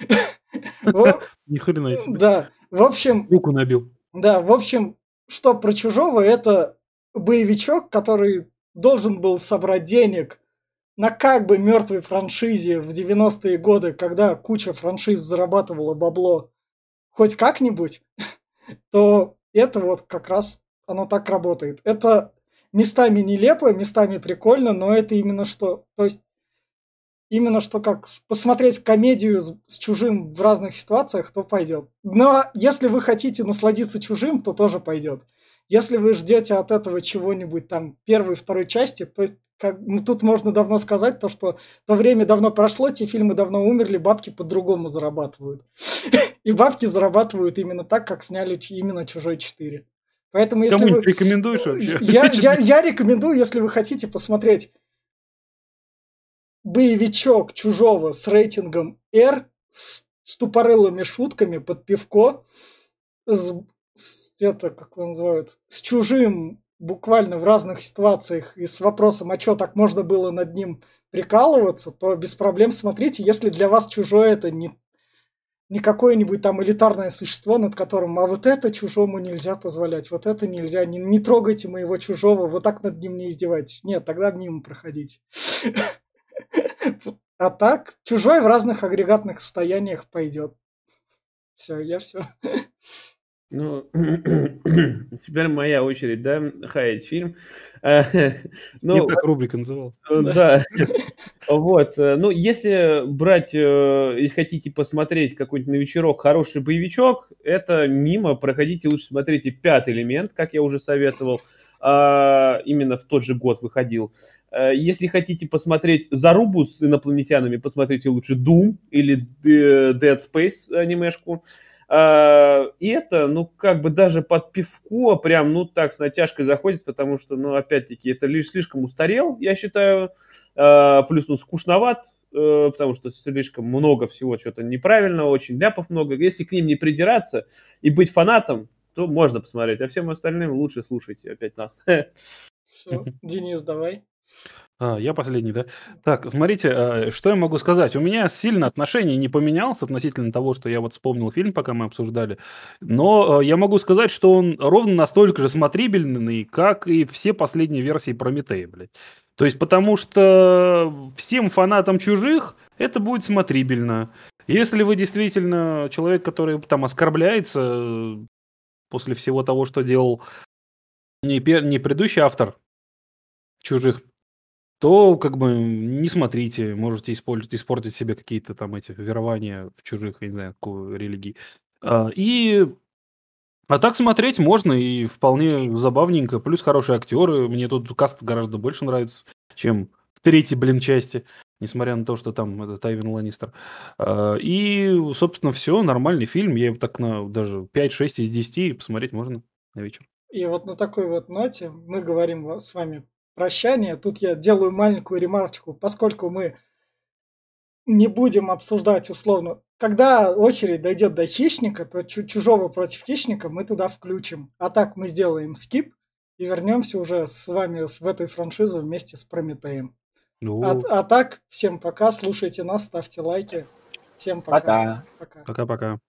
Во- Ни хрена себе. Да, в общем, Руку набил. да, в общем, что про «Чужого», это боевичок, который должен был собрать денег на как бы мертвой франшизе в девяностые годы, когда куча франшиз зарабатывала бабло хоть как-нибудь, то это вот как раз оно так работает. Это местами нелепо, местами прикольно, но это именно что... То есть именно что как посмотреть комедию с, с чужим в разных ситуациях, то пойдет. Но если вы хотите насладиться чужим, то тоже пойдет. Если вы ждете от этого чего-нибудь там первой, второй части, то есть как, ну, тут можно давно сказать то, что то время давно прошло, те фильмы давно умерли, бабки по-другому зарабатывают. И бабки зарабатывают именно так, как сняли именно «Чужой четыре». Поэтому если Кому вы... рекомендуешь вообще? Я, я, я рекомендую, если вы хотите посмотреть боевичок Чужого с рейтингом R, с, с тупорылыми шутками под пивко, с, с, это, как его называют, с чужим буквально в разных ситуациях и с вопросом, а что, так можно было над ним прикалываться, то без проблем смотрите, если для вас чужое это не, не какое-нибудь там элитарное существо, над которым, а вот это чужому нельзя позволять, вот это нельзя, не, не трогайте моего чужого, вот так над ним не издевайтесь. Нет, тогда мимо проходите. А так, чужой в разных агрегатных состояниях пойдет. Все, я все. Ну, теперь моя очередь, да, хаять фильм. Э, Не Ну, так рубрика называлась. э, да, вот. э, Ну, если брать, э, если хотите посмотреть какой-нибудь на вечерок хороший боевичок, это мимо, проходите, лучше смотрите «Пятый элемент», как я уже советовал, а, именно в тот же год выходил. Э, Если хотите посмотреть зарубу с инопланетянами, посмотрите лучше Doom или э, Dead Space анимешку. А, И это, ну, как бы даже под пивко прям, ну, так, с натяжкой заходит, потому что, ну, опять-таки, это лишь слишком устарел, я считаю. А, Плюс он скучноват, э, потому что слишком много всего, что-то неправильного, очень ляпов много. Если к ним не придираться и быть фанатом, то можно посмотреть. А всем остальным лучше слушайте опять нас. Все, Денис, давай. А, я последний, да? Так, смотрите, а, что я могу сказать. У меня сильно отношение не поменялось относительно того, что я вот вспомнил фильм, пока мы обсуждали. Но а, я могу сказать, что он ровно настолько же смотрибельный, как и все последние версии Прометея, блядь. То есть потому что всем фанатам «Чужих» это будет смотрибельно. Если вы действительно человек, который там оскорбляется э, после всего того, что делал не, пер- не предыдущий автор «Чужих», то как бы не смотрите, можете использовать, испортить себе какие-то там эти верования в чужих, я не знаю, какой религии. А, и а так смотреть можно и вполне забавненько. Плюс хорошие актеры. Мне тут каст гораздо больше нравится, чем в третьей, блин, части. Несмотря на то, что там это Тайвин Ланнистер. А, И, собственно, все. Нормальный фильм. Я его так на даже пять-шесть из десяти посмотреть можно на вечер. И вот на такой вот ноте мы говорим ва- с вами прощание. Тут я делаю маленькую ремарочку, поскольку мы не будем обсуждать условно. Когда очередь дойдет до хищника, то чу- чужого против хищника мы туда включим. А так мы сделаем скип и вернемся уже с вами с- в этой франшизу вместе с Прометеем. А, Ну, а так, всем пока, слушайте нас, ставьте лайки. Всем пока. Пока. Пока. пока-пока.